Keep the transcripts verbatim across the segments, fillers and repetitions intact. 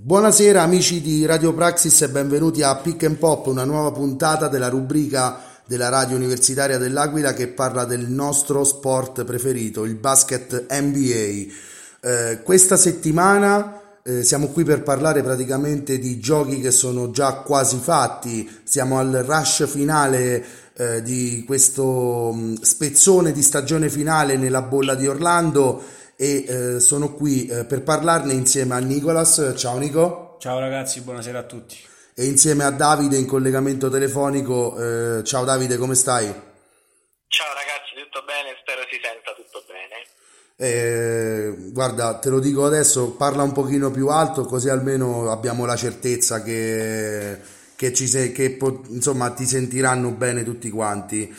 Buonasera amici di Radio Praxis e benvenuti a Pick and Pop, una nuova puntata della rubrica della radio universitaria dell'Aquila che parla del nostro sport preferito, il basket N B A. Eh, questa settimana eh, siamo qui per parlare praticamente di giochi che sono già quasi fatti, siamo al rush finale eh, di questo mh, spezzone di stagione finale nella bolla di Orlando. E eh, sono qui eh, per parlarne insieme a Nicolas. Ciao Nico. Ciao ragazzi, buonasera a tutti. E insieme a Davide in collegamento telefonico. Eh, ciao Davide, come stai? Ciao ragazzi, tutto bene? Spero si senta tutto bene. Eh, guarda, te lo dico adesso, parla un pochino più alto così almeno abbiamo la certezza che, che, ci se, che po- insomma ti sentiranno bene tutti quanti.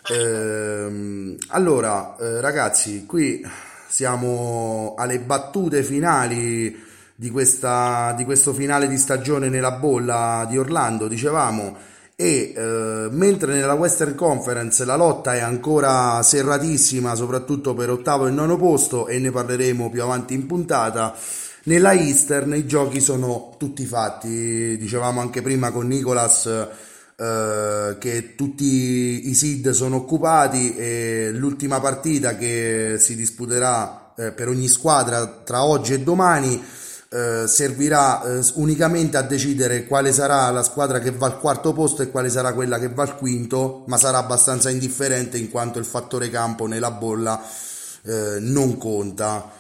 Eh, allora, eh, ragazzi, qui siamo alle battute finali di questa, di questo finale di stagione nella bolla di Orlando, dicevamo, e eh, mentre nella Western Conference la lotta è ancora serratissima, soprattutto per ottavo e nono posto, e ne parleremo più avanti in puntata, nella Eastern i giochi sono tutti fatti. Dicevamo anche prima con Nicolas eh, che tutti i seed sono occupati e l'ultima partita che si disputerà eh, per ogni squadra tra oggi e domani eh, servirà eh, unicamente a decidere quale sarà la squadra che va al quarto posto e quale sarà quella che va al quinto, ma sarà abbastanza indifferente in quanto il fattore campo nella bolla eh, non conta.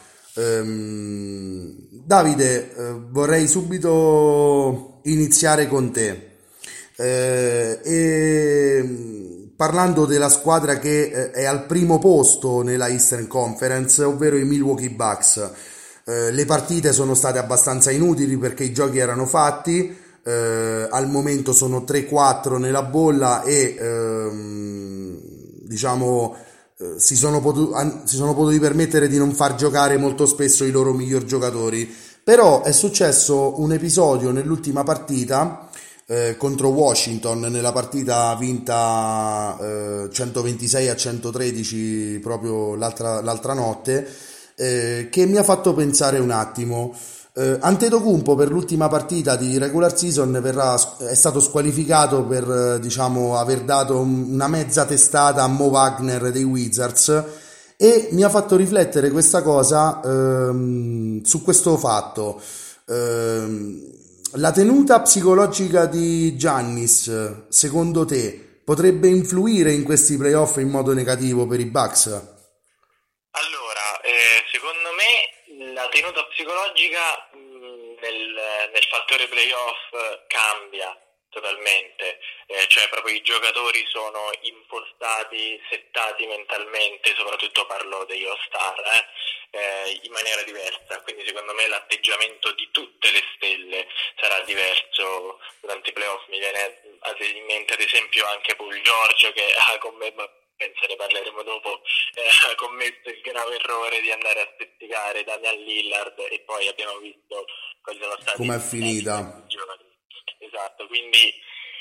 Ehm, Davide, eh, vorrei subito iniziare con te. Eh, e parlando della squadra che eh, è al primo posto nella Eastern Conference, ovvero i Milwaukee Bucks. Eh, le partite sono state abbastanza inutili perché i giochi erano fatti. Eh, al momento sono tre quattro nella bolla e ehm, diciamo eh, si sono potuti, an- si sono potuti permettere di non far giocare molto spesso i loro miglior giocatori. Però è successo un episodio nell'ultima partita Eh, contro Washington, nella partita vinta eh, centoventisei a centotredici proprio l'altra, l'altra notte, eh, che mi ha fatto pensare un attimo. eh, Antetokounmpo per l'ultima partita di regular season verrà, è stato squalificato per eh, diciamo aver dato un- una mezza testata a Mo Wagner dei Wizards, e mi ha fatto riflettere questa cosa ehm, su questo fatto. Ehm, la tenuta psicologica di Giannis, secondo te, potrebbe influire in questi playoff in modo negativo per i Bucks? Allora, eh, secondo me la tenuta psicologica mh, nel, nel fattore playoff eh, cambia totalmente, eh, cioè proprio i giocatori sono impostati, settati mentalmente, soprattutto parlo degli All-Star, eh, eh, in maniera diversa, quindi secondo me l'atteggiamento di tutte le stelle sarà diverso durante i playoff. Mi viene in mente ad esempio anche Paul George che ha commesso, penso ne parleremo dopo, eh, ha commesso il grave errore di andare a stezzicare Damian Lillard e poi abbiamo visto quali sono stati Com'è i finita? i giovani. Esatto, quindi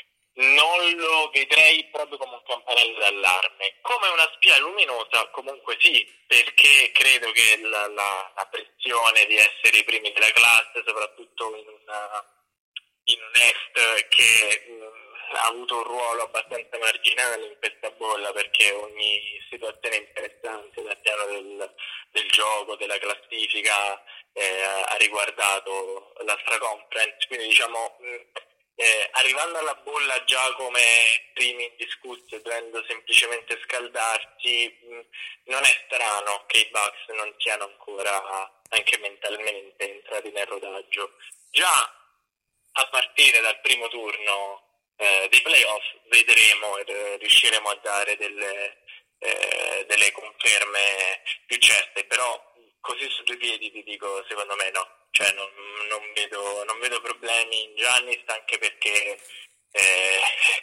non lo vedrei proprio come un campanello d'allarme. Come una spia luminosa, comunque sì, perché credo che la, la, la pressione di essere i primi della classe, soprattutto in, una, in un Est che mh, ha avuto un ruolo abbastanza marginale in questa bolla, perché ogni situazione interessante dal piano del, del gioco, della classifica, eh, ha riguardato l'altra conference, quindi diciamo mh, eh, arrivando alla bolla già come primi indiscussi e dovendo semplicemente scaldarsi, mh, non è strano che i Bucks non siano ancora anche mentalmente entrati nel rodaggio. Già a partire dal primo turno eh, dei playoff vedremo e eh, riusciremo a dare delle, eh, delle conferme più certe, però così su due piedi ti dico, secondo me no, cioè non, non vedo non vedo problemi in Giannis, anche perché eh,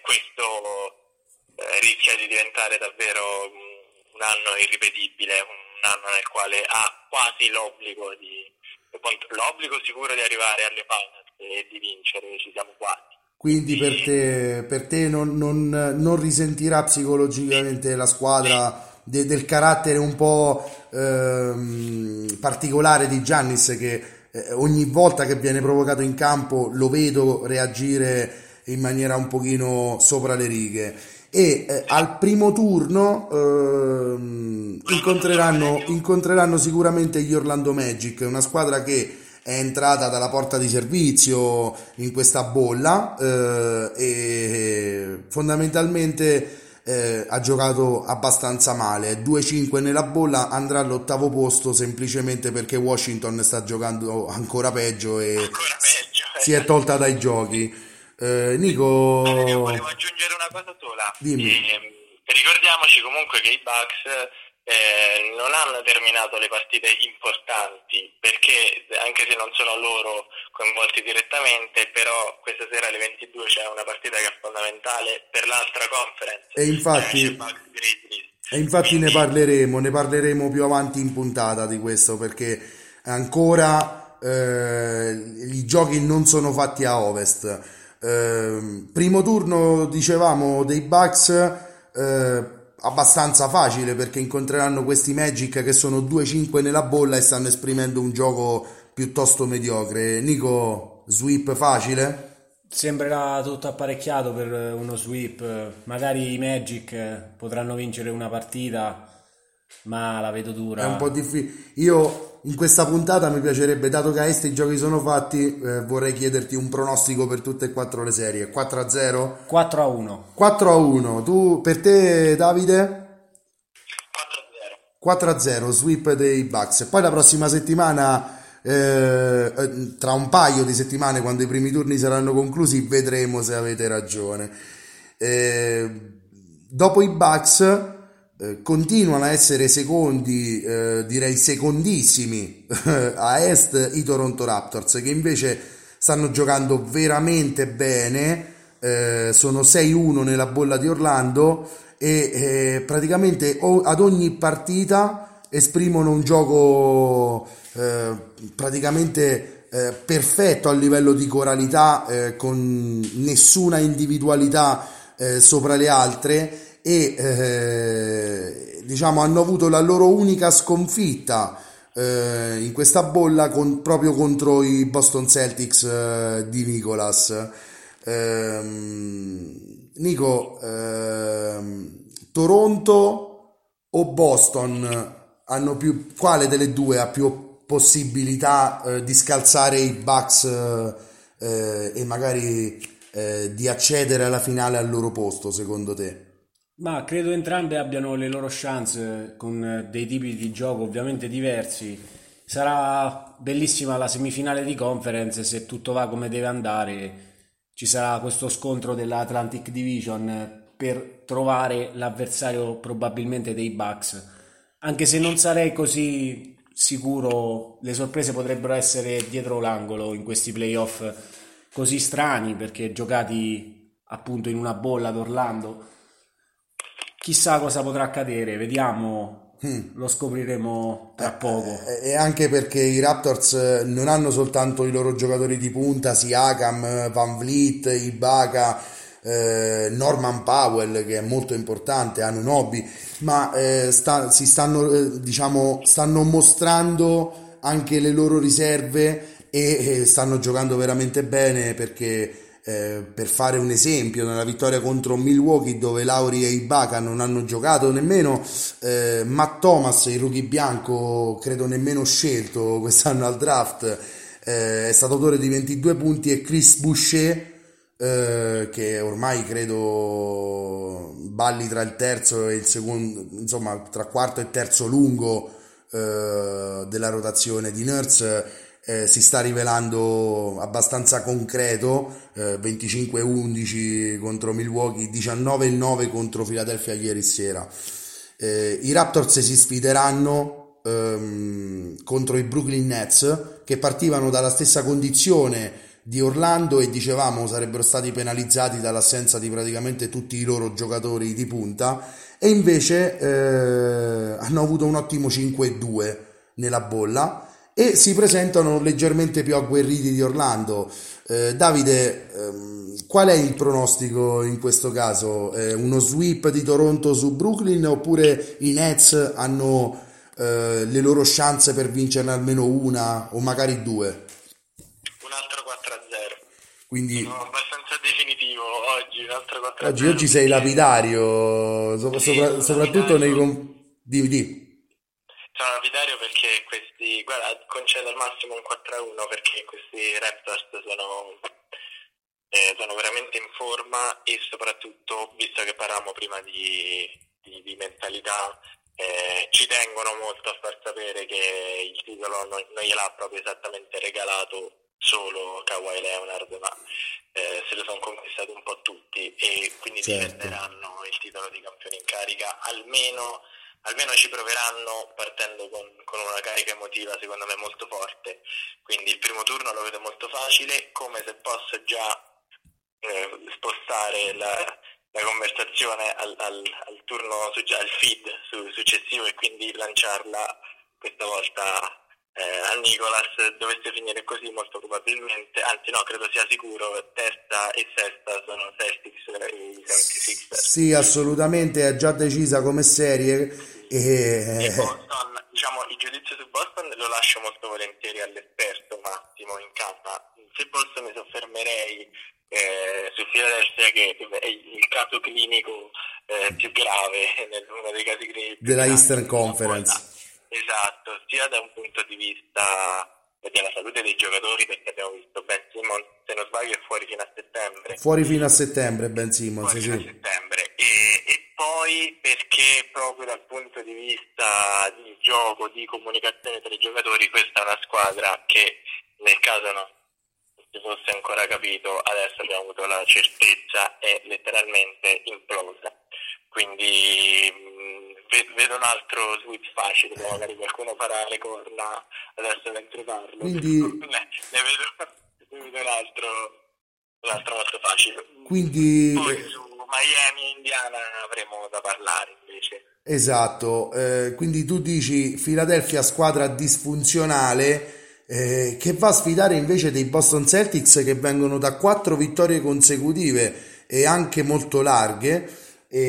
questo eh, rischia di diventare davvero un, un anno irripetibile, un anno nel quale ha quasi l'obbligo di l'obbligo sicuro di arrivare alle finals e di vincere, ci siamo quasi. Quindi per te, per te non, non- non risentirà psicologicamente la squadra de- del carattere un po' ehm, particolare di Giannis, che eh, ogni volta che viene provocato in campo lo vedo reagire in maniera un pochino sopra le righe. E eh, al primo turno ehm, incontreranno, incontreranno sicuramente gli Orlando Magic, una squadra che è entrata dalla porta di servizio in questa bolla eh, e fondamentalmente eh, ha giocato abbastanza male. due cinque nella bolla, andrà all'ottavo posto semplicemente perché Washington sta giocando ancora peggio e Ancora peggio. si è tolta dai giochi. Eh, Nico, Io volevo aggiungere una cosa sola. dimmi. E, ricordiamoci comunque che i Bucks eh, non hanno terminato le partite importanti, perché anche se non sono loro coinvolti direttamente, però questa sera alle ventidue c'è una partita che è fondamentale per l'altra conference. E infatti, eh, Bucks Grizzlies. e infatti Quindi, ne parleremo, ne parleremo più avanti in puntata di questo, perché ancora eh, i giochi non sono fatti a ovest. Eh, primo turno, dicevamo, dei Bucks eh, abbastanza facile, perché incontreranno questi Magic che sono due cinque nella bolla e stanno esprimendo un gioco piuttosto mediocre. Nico, sweep facile? Sembrerà tutto apparecchiato per uno sweep, magari i Magic potranno vincere una partita, ma la vedo dura. È un po' difficile. Io in questa puntata mi piacerebbe, dato che a est i giochi sono fatti, eh, vorrei chiederti un pronostico per tutte e quattro le serie. quattro a zero? quattro a uno. quattro a uno. Tu, per te, Davide? quattro a zero. quattro a zero, sweep dei Bucks. E poi la prossima settimana, eh, tra un paio di settimane, quando i primi turni saranno conclusi, vedremo se avete ragione. Eh, dopo i Bucks eh, continuano a essere secondi, eh, direi secondissimi a est i Toronto Raptors, che invece stanno giocando veramente bene. Eh, sono sei uno nella bolla di Orlando e eh, praticamente o, ad ogni partita esprimono un gioco eh, praticamente eh, perfetto a livello di coralità, eh, con nessuna individualità eh, sopra le altre, e eh, diciamo hanno avuto la loro unica sconfitta eh, in questa bolla con, proprio contro i Boston Celtics eh, di Nicolas. Ehm, Nico, ehm, Toronto o Boston hanno più, quale delle due ha più possibilità eh, di scalzare i Bucks eh, e magari eh, di accedere alla finale al loro posto, secondo te? Ma credo entrambe abbiano le loro chance, con dei tipi di gioco ovviamente diversi. Sarà bellissima la semifinale di conference, se tutto va come deve andare. Ci sarà questo scontro dell'Atlantic Division per trovare l'avversario probabilmente dei Bucks. Anche se non sarei così sicuro, le sorprese potrebbero essere dietro l'angolo in questi playoff così strani, perché giocati appunto in una bolla d'Orlando. Chissà cosa potrà accadere, vediamo, hmm. lo scopriremo tra poco. E anche perché i Raptors non hanno soltanto i loro giocatori di punta, Siakam, Van Vliet, Ibaka, eh, Norman Powell, che è molto importante, Anunoby, ma eh, sta, si stanno, eh, diciamo, stanno mostrando anche le loro riserve e eh, stanno giocando veramente bene, perché Eh, per fare un esempio, nella vittoria contro Milwaukee, dove Lauri e Ibaka non hanno giocato nemmeno, eh, Matt Thomas, il rookie bianco, credo nemmeno scelto quest'anno al draft, eh, è stato autore di ventidue punti, e Chris Boucher, eh, che ormai credo balli tra il terzo e il secondo, insomma tra quarto e terzo lungo eh, della rotazione di Nurse, Eh, si sta rivelando abbastanza concreto, eh, venticinque undici contro Milwaukee, diciannove nove contro Philadelphia ieri sera. Eh, i Raptors si sfideranno ehm, contro i Brooklyn Nets, che partivano dalla stessa condizione di Orlando e dicevamo sarebbero stati penalizzati dall'assenza di praticamente tutti i loro giocatori di punta, e invece eh, hanno avuto un ottimo cinque due nella bolla e si presentano leggermente più agguerriti di Orlando. Eh, Davide, ehm, qual è il pronostico in questo caso? Eh, uno sweep di Toronto su Brooklyn, oppure i Nets hanno eh, le loro chance per vincerne almeno una o magari due. Un altro quattro a zero. Quindi Sono abbastanza definitivo oggi, un altro quattro a oggi, zero. oggi sei lapidario, so- Sì, sopra- sono soprattutto nei... lapidario. com- di, di. Sono lapidario perché questi, guarda, concedo al massimo un quattro a uno perché questi Raptors sono, eh, sono veramente in forma e soprattutto, visto che parlavamo prima di, di, di mentalità, eh, ci tengono molto a far sapere che il titolo non, non gliel'ha proprio esattamente regalato solo Kawhi Leonard, ma eh, se lo sono conquistato un po' tutti e quindi Certo. difenderanno il titolo di campione in carica, almeno almeno ci proveranno partendo con, con una carica emotiva secondo me molto forte, quindi il primo turno lo vedo molto facile, come se posso già eh, spostare la, la conversazione al, al, al turno, al feed su, successivo e quindi lanciarla questa volta eh, a Nicolas. Dovesse finire così molto probabilmente, anzi no, credo sia sicuro, testa e sesta sono Celtics e i settantasei ers. Sì, assolutamente, è già decisa come serie E e... Boston, diciamo, il giudizio su Boston lo lascio molto volentieri all'esperto Massimo in campa. Se posso mi soffermerei eh, su Philadelphia, che è il caso clinico eh, più grave, uno dei casi clinici più della gravi Eastern della bolla. Conference. Esatto, sia da un punto di vista della salute dei giocatori, perché abbiamo visto Ben Simmons, se non sbaglio, è fuori fino a settembre. Fuori fino a settembre, Ben Simmons, Fuori sì. fino a settembre. E, e poi perché proprio dal punto di vista di gioco, di comunicazione tra i giocatori, questa è una squadra che nel caso non si fosse ancora capito, adesso abbiamo avuto la certezza, è letteralmente implosa. Quindi mh, vedo un altro switch facile, magari qualcuno farà le corna adesso mentre parlo. Quindi, ne, ne vedo, ne vedo un altro, un altro molto facile. quindi Poi su Miami e Indiana avremo da parlare invece. esatto, eh, quindi tu dici Philadelphia squadra disfunzionale eh, che va a sfidare invece dei Boston Celtics che vengono da quattro vittorie consecutive e anche molto larghe.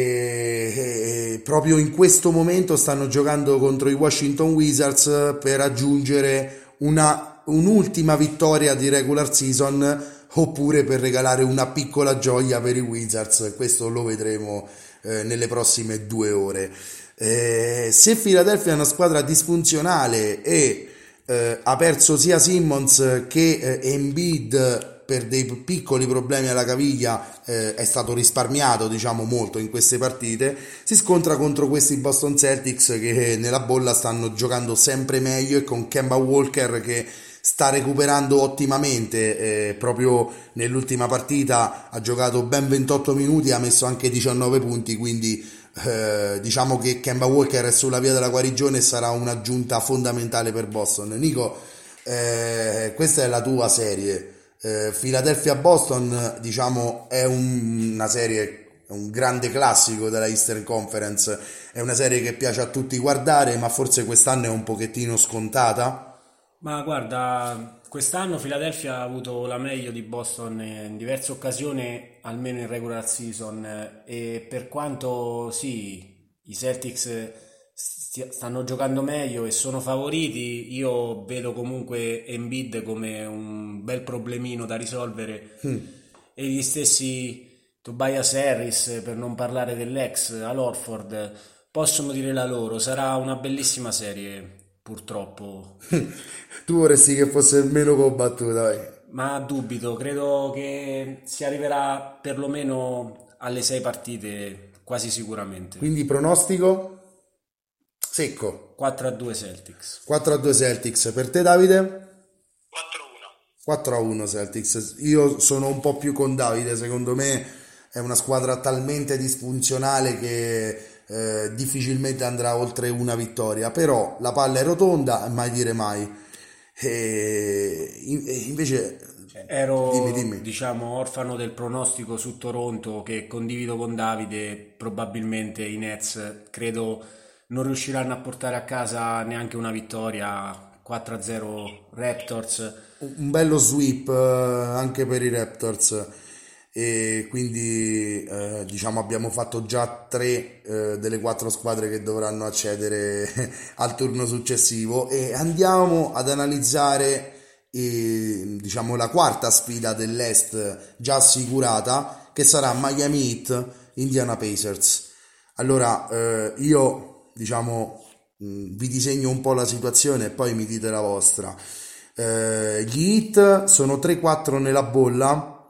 E, e proprio in questo momento stanno giocando contro i Washington Wizards per raggiungere una, un'ultima vittoria di regular season oppure per regalare una piccola gioia per i Wizards. Questo lo vedremo eh, nelle prossime due ore. Eh, se Philadelphia è una squadra disfunzionale e eh, ha perso sia Simmons che eh, Embiid per dei piccoli problemi alla caviglia, eh, è stato risparmiato diciamo molto in queste partite, si scontra contro questi Boston Celtics che nella bolla stanno giocando sempre meglio e con Kemba Walker che sta recuperando ottimamente, eh, proprio nell'ultima partita ha giocato ben ventotto minuti, ha messo anche diciannove punti, quindi eh, diciamo che Kemba Walker è sulla via della guarigione e sarà un'aggiunta fondamentale per Boston. Nico, eh, questa è la tua serie. Eh, Philadelphia-Boston diciamo è un, una serie, un grande classico della Eastern Conference, è una serie che piace a tutti guardare, ma forse quest'anno è un pochettino scontata. Ma guarda, quest'anno Philadelphia ha avuto la meglio di Boston in diverse occasioni, almeno in regular season, e per quanto sì, i Celtics stia- stanno giocando meglio e sono favoriti, io vedo comunque Embiid come un bel problemino da risolvere e gli stessi Tobias Harris, per non parlare dell'ex Al Horford, possono dire la loro. Sarà una bellissima serie, purtroppo, Tu vorresti che fosse meno combattuta, vai. ma dubito, credo che si arriverà perlomeno alle sei partite, quasi sicuramente. Quindi pronostico secco, quattro a due Celtics. quattro a due Celtics. Per te, Davide? quattro a uno. quattro a uno Celtics. Io sono un po' più con Davide, secondo me è una squadra talmente disfunzionale che eh, difficilmente andrà oltre una vittoria, però la palla è rotonda, mai dire mai. E in- e invece Ero, dimmi, dimmi. diciamo, orfano del pronostico su Toronto, che condivido con Davide. Probabilmente i Nets credo non riusciranno a portare a casa neanche una vittoria. quattro a zero Raptors. Un bello sweep eh, anche per i Raptors. e quindi eh, diciamo abbiamo fatto già tre eh, delle quattro squadre che dovranno accedere al turno successivo, e andiamo ad analizzare eh, diciamo la quarta sfida dell'Est già assicurata, che sarà Miami Heat Indiana Pacers. Allora eh, io diciamo mh, vi disegno un po' la situazione e poi mi dite la vostra. Eh, gli Heat sono tre quattro nella bolla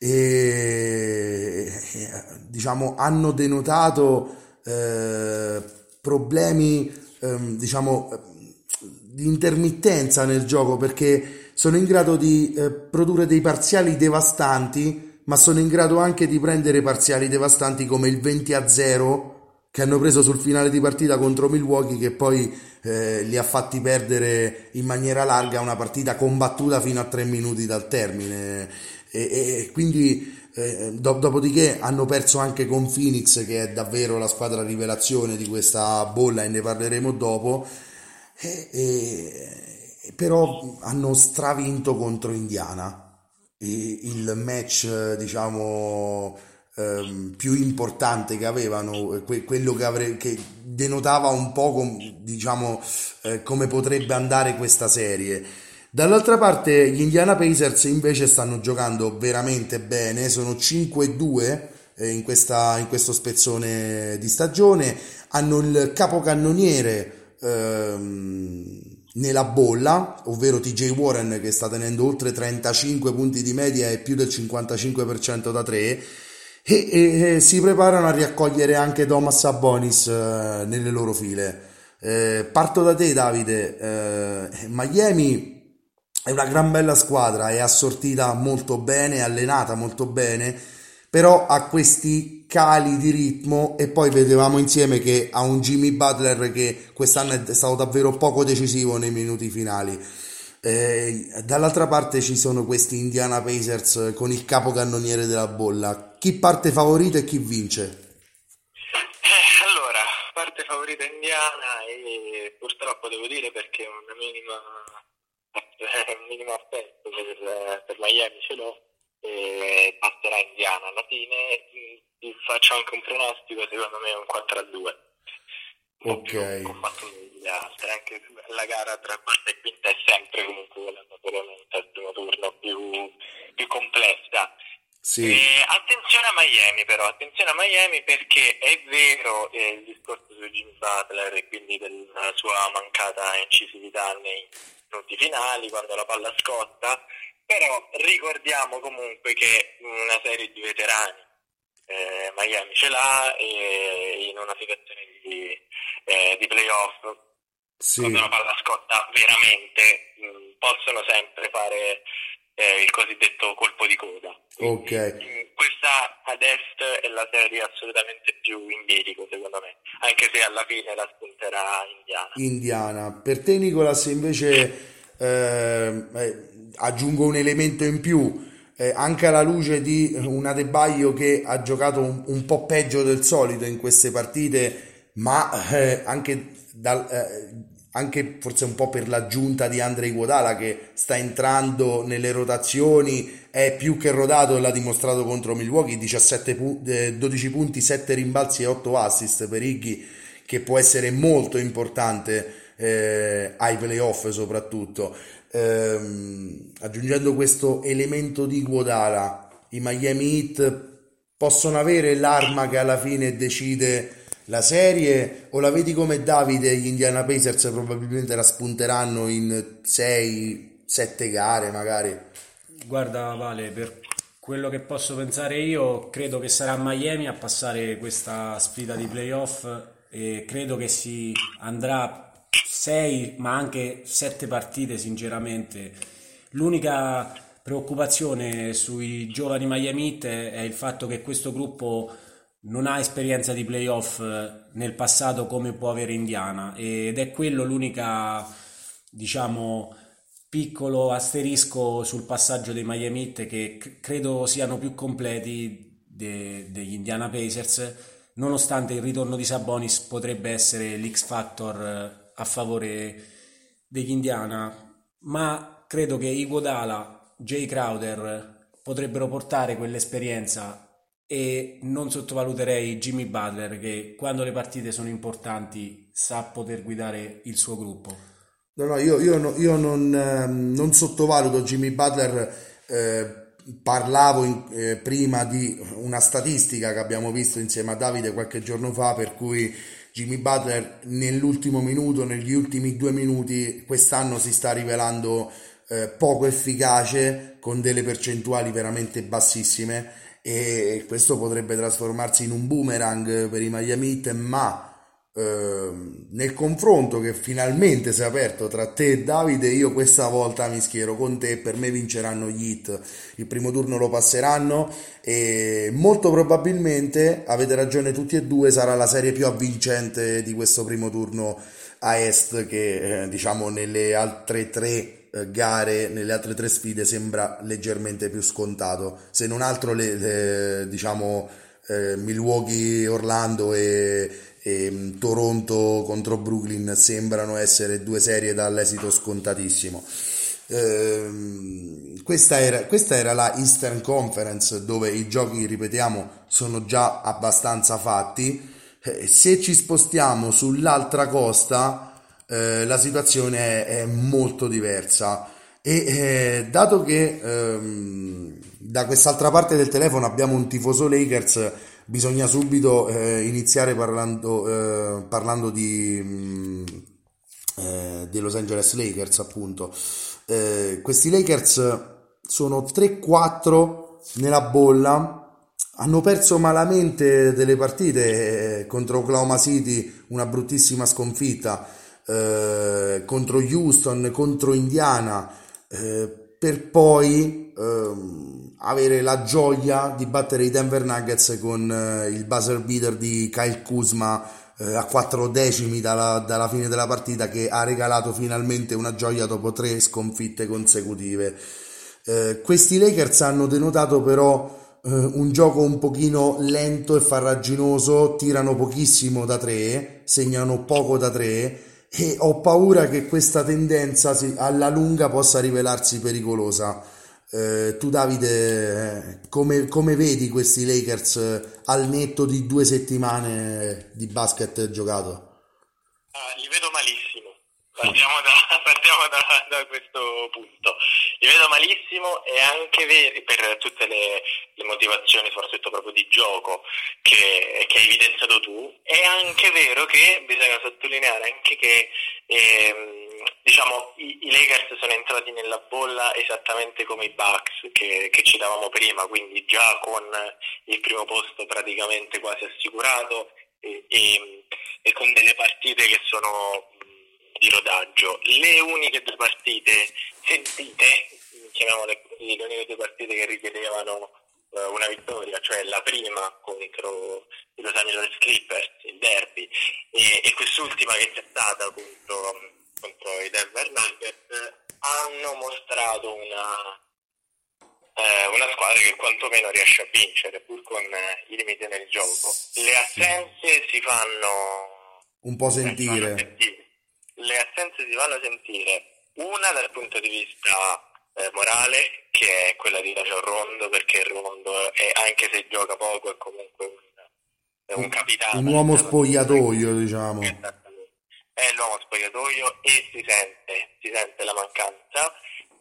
e diciamo hanno denotato eh, problemi ehm, diciamo di intermittenza nel gioco, perché sono in grado di eh, produrre dei parziali devastanti, ma sono in grado anche di prendere parziali devastanti come il venti a zero che hanno preso sul finale di partita contro Milwaukee, che poi eh, li ha fatti perdere in maniera larga una partita combattuta fino a tre minuti dal termine, e, e quindi eh, do, dopodiché hanno perso anche con Phoenix, che è davvero la squadra rivelazione di questa bolla, e ne parleremo dopo. E, e, però hanno stravinto contro Indiana, e il match diciamo ehm, più importante che avevano, que- quello che, avre- che denotava un po' com- diciamo eh, come potrebbe andare questa serie. Dall'altra parte gli Indiana Pacers invece stanno giocando veramente bene, sono cinque a due eh, in questa, in questo spezzone di stagione, hanno il capocannoniere ehm, nella bolla, ovvero T J Warren, che sta tenendo oltre trentacinque punti di media e più del cinquantacinque per cento da tre, e, e, e si preparano a raccogliere anche Domas Sabonis eh, nelle loro file. Eh, parto da te, Davide. eh, Miami è una gran bella squadra, è assortita molto bene, è allenata molto bene, però ha questi cali di ritmo, e poi vedevamo insieme che ha un Jimmy Butler che quest'anno è stato davvero poco decisivo nei minuti finali. Eh, dall'altra parte ci sono questi Indiana Pacers con il capocannoniere della bolla. Chi parte favorito e chi vince? Eh, allora, parte favorita indiana, e purtroppo devo dire, perché una minima, un minimo affetto per, per Miami ce l'ho, e passerà indiana alla fine. Ti faccio anche un pronostico, secondo me un quattro a due, un po' più Ok. combattuto degli altri, anche la gara tra quarta e quinta è sempre comunque quella naturalmente al primo turno più, più complessa. Sì, Eh, attenzione a Miami, però, attenzione a Miami, perché è vero eh, il discorso su Jimmy Butler e quindi della sua mancata incisività nei minuti finali quando la palla scotta, però ricordiamo comunque che una serie di veterani eh, Miami ce l'ha, e in una situazione di, eh, di playoff, sì, quando la palla scotta veramente mh, possono sempre fare eh, il cosiddetto colpo di coda. ok. Quindi, questa ad est è la serie assolutamente più in bilico, secondo me, anche se alla fine la spunterà indiana. Indiana. Per te, Nicolas, invece eh, eh, aggiungo un elemento in più, eh, anche alla luce di un Adebayo che ha giocato un, un po' peggio del solito in queste partite, ma eh, anche, dal, eh, anche forse un po' per l'aggiunta di Andre Iguodala, che sta entrando nelle rotazioni, è più che rodato, e l'ha dimostrato contro Milwaukee, diciassette pu- eh, dodici punti, sette rimbalzi e otto assist per Iggy, che può essere molto importante eh, ai playoff soprattutto. Ehm, aggiungendo questo elemento di Iguodala, i Miami Heat possono avere l'arma che alla fine decide la serie, o la vedi come Davide? Gli Indiana Pacers probabilmente la spunteranno in sei sette gare magari. Guarda Vale, per quello che posso pensare io, credo che sarà Miami a passare questa sfida di playoff, e credo che si andrà sei ma anche sette partite sinceramente. L'unica preoccupazione sui giovani Miami Heat è è il fatto che questo gruppo non ha esperienza di playoff eh, nel passato come può avere Indiana, ed è quello l'unica, diciamo, piccolo asterisco sul passaggio dei Miami Heat, che c- credo siano più completi de- degli Indiana Pacers, nonostante il ritorno di Sabonis potrebbe essere l'X Factor eh, a favore degli Indiana. Ma credo che Iguodala, Jay Crowder potrebbero portare quell'esperienza, e non sottovaluterei Jimmy Butler, che quando le partite sono importanti sa poter guidare il suo gruppo. No, no, io, io no- io non, ehm, non sottovaluto Jimmy Butler. eh, Parlavo in- eh, prima di una statistica che abbiamo visto insieme a Davide qualche giorno fa, per cui Jimmy Butler nell'ultimo minuto, negli ultimi due minuti, quest'anno si sta rivelando eh, poco efficace, con delle percentuali veramente bassissime, e questo potrebbe trasformarsi in un boomerang per i Miami Heat, ma ehm, nel confronto che finalmente si è aperto tra te e Davide, io questa volta mi schiero con te. Per me vinceranno gli Heat, il primo turno lo passeranno, e molto probabilmente, avete ragione tutti e due, sarà la serie più avvincente di questo primo turno a Est, che eh, diciamo nelle altre tre eh, gare, nelle altre tre sfide sembra leggermente più scontato, se non altro le, le- diciamo eh, Milwaukee, Orlando e, e mm, Toronto contro Brooklyn sembrano essere due serie dall'esito scontatissimo. Ehm, questa era, questa era la Eastern Conference, dove i giochi, ripetiamo, sono già abbastanza fatti. Eh, se ci spostiamo sull'altra costa, eh, la situazione è, è molto diversa, e eh, dato che ehm, da quest'altra parte del telefono abbiamo un tifoso Lakers, bisogna subito eh, iniziare parlando, eh, parlando di, mm, eh, dei Los Angeles Lakers, appunto. Eh, questi Lakers sono tre quattro nella bolla. Hanno perso malamente delle partite, eh, contro Oklahoma City, una bruttissima sconfitta, eh, contro Houston, contro Indiana, eh, per poi ehm, avere la gioia di battere i Denver Nuggets con eh, il buzzer beater di Kyle Kuzma eh, a quattro decimi dalla, dalla fine della partita, che ha regalato finalmente una gioia dopo tre sconfitte consecutive. Eh, questi Lakers hanno denotato però eh, un gioco un pochino lento e farraginoso, tirano pochissimo da tre, segnano poco da tre, e ho paura che questa tendenza si- alla lunga possa rivelarsi pericolosa. Eh, tu Davide, eh, come, come vedi questi Lakers eh, al netto di due settimane di basket giocato? Ah, li vedo malissimo. Partiamo da, partiamo da, da questo punto. Li vedo malissimo, e anche vero, per tutte le, le motivazioni, soprattutto proprio di gioco, che, che hai evidenziato tu. È anche vero che bisogna sottolineare anche che ehm, diciamo i, i Lakers sono entrati nella bolla esattamente come i Bucks che, che citavamo prima, quindi già con il primo posto praticamente quasi assicurato, e, e, e con delle partite che sono mh, di rodaggio. Le uniche due partite sentite, chiamiamole così, le uniche due partite che richiedevano eh, una vittoria, cioè la prima contro i Los Angeles Clippers, il derby, e, e quest'ultima che c'è stata contro, contro i Denver Nuggets, hanno mostrato una eh, una squadra che quantomeno riesce a vincere pur con eh, i limiti nel gioco. Le assenze si fanno Un po' eh, si fanno sentire. sentire. Le assenze si fanno sentire, una dal punto di vista eh, morale, che è quella di Rajon Rondo, perché Rondo è, anche se gioca poco, è comunque un, è un capitano Un uomo all'interno del spogliatoio, diciamo. Esattamente. È l'uomo spogliatoio, e si sente, si sente la mancanza.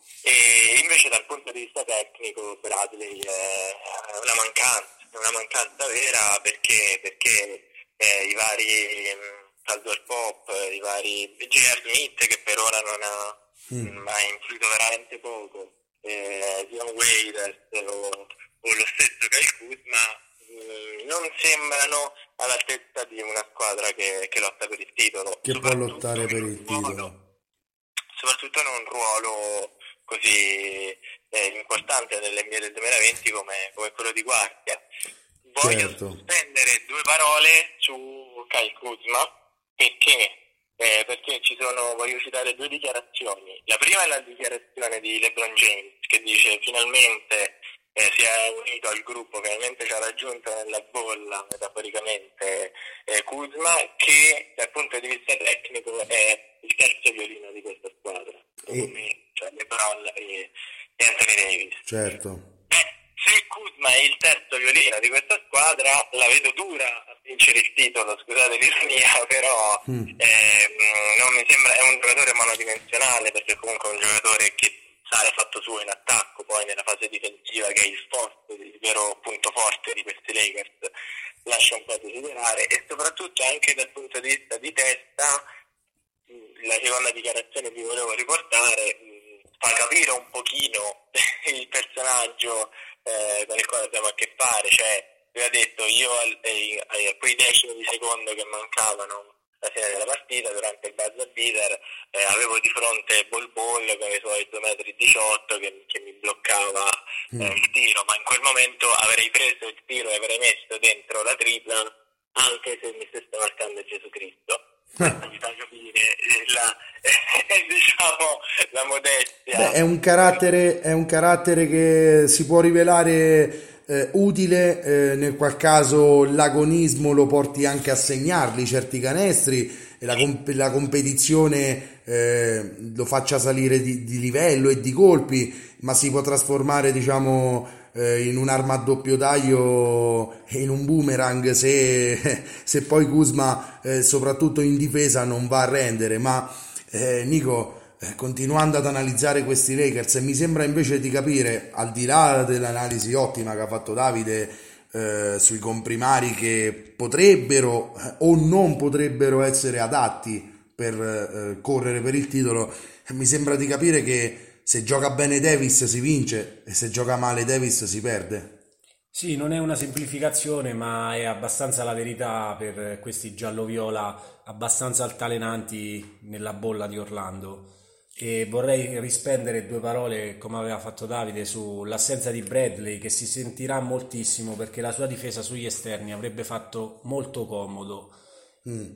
E invece dal punto di vista tecnico Bradley è una mancanza, è una mancanza vera, perché, perché eh, i vari mh, Caldwell Pop, i vari J R. Smith, che per ora non ha, Mm. mh, ha influito veramente poco, eh, Dion Waiters o, o lo stesso Kyle Kuzma, mh, non sembrano all'altezza di una squadra che, che lotta per il titolo, Che può soprattutto lottare per in un il ruolo- titolo. soprattutto in un ruolo così eh, importante nell'N B A del duemilaventi come, come quello di guardia. Voglio Certo. spendere due parole su Kyle Kuzma, perché, eh, perché ci sono, voglio citare due dichiarazioni. La prima è la dichiarazione di LeBron James, che dice finalmente eh, si è unito al gruppo, finalmente ci ha raggiunto nella bolla, metaforicamente, eh, Kuzma, che dal punto di vista tecnico è il terzo violino di questa squadra, E- come cioè LeBron e, e Anthony Davis. Certo. Eh, se Kuzma è il terzo violino di questa squadra, la vedo dura a vincere il titolo, scusate l'ironia, però Mm. eh, non mi sembra, è un giocatore monodimensionale, perché comunque è un giocatore che sa è fatto suo in attacco, poi nella fase difensiva, che è il forte, il vero punto forte di questi Lakers, lascia un po' desiderare, e soprattutto anche dal punto di vista di testa, la seconda dichiarazione che volevo riportare fa capire un pochino il personaggio eh, con il quale abbiamo a che fare, cioè vi ho detto io a quei decimi di secondo che mancavano alla fine della partita, durante il buzzer beater, eh, avevo di fronte Bol Bol con i suoi due metri e diciotto che, che mi bloccava eh, il tiro, ma in quel momento avrei preso il tiro e avrei messo dentro la tripla anche se mi stesse marcando Gesù Cristo. Mi fa capire la, diciamo, la modestia. Beh, è un carattere, è un carattere che si può rivelare eh, utile, eh, nel qual caso l'agonismo lo porti anche a segnarli certi canestri e la, comp- la competizione eh, lo faccia salire di, di livello e di colpi, ma si può trasformare, diciamo, eh, in un'arma a doppio taglio e in un boomerang se, se poi Kuzma, eh, soprattutto in difesa, non va a rendere. Ma eh, Nico, eh, continuando ad analizzare questi Lakers, mi sembra invece di capire, al di là dell'analisi ottima che ha fatto Davide eh, sui comprimari che potrebbero eh, o non potrebbero essere adatti per eh, correre per il titolo, mi sembra di capire che se gioca bene Davis si vince e se gioca male Davis si perde. Sì, non è una semplificazione, ma è abbastanza la verità per questi giallo-viola abbastanza altalenanti nella bolla di Orlando. E vorrei rispendere due parole, come aveva fatto Davide, sull'assenza di Bradley, che si sentirà moltissimo perché la sua difesa sugli esterni avrebbe fatto molto comodo. Mm.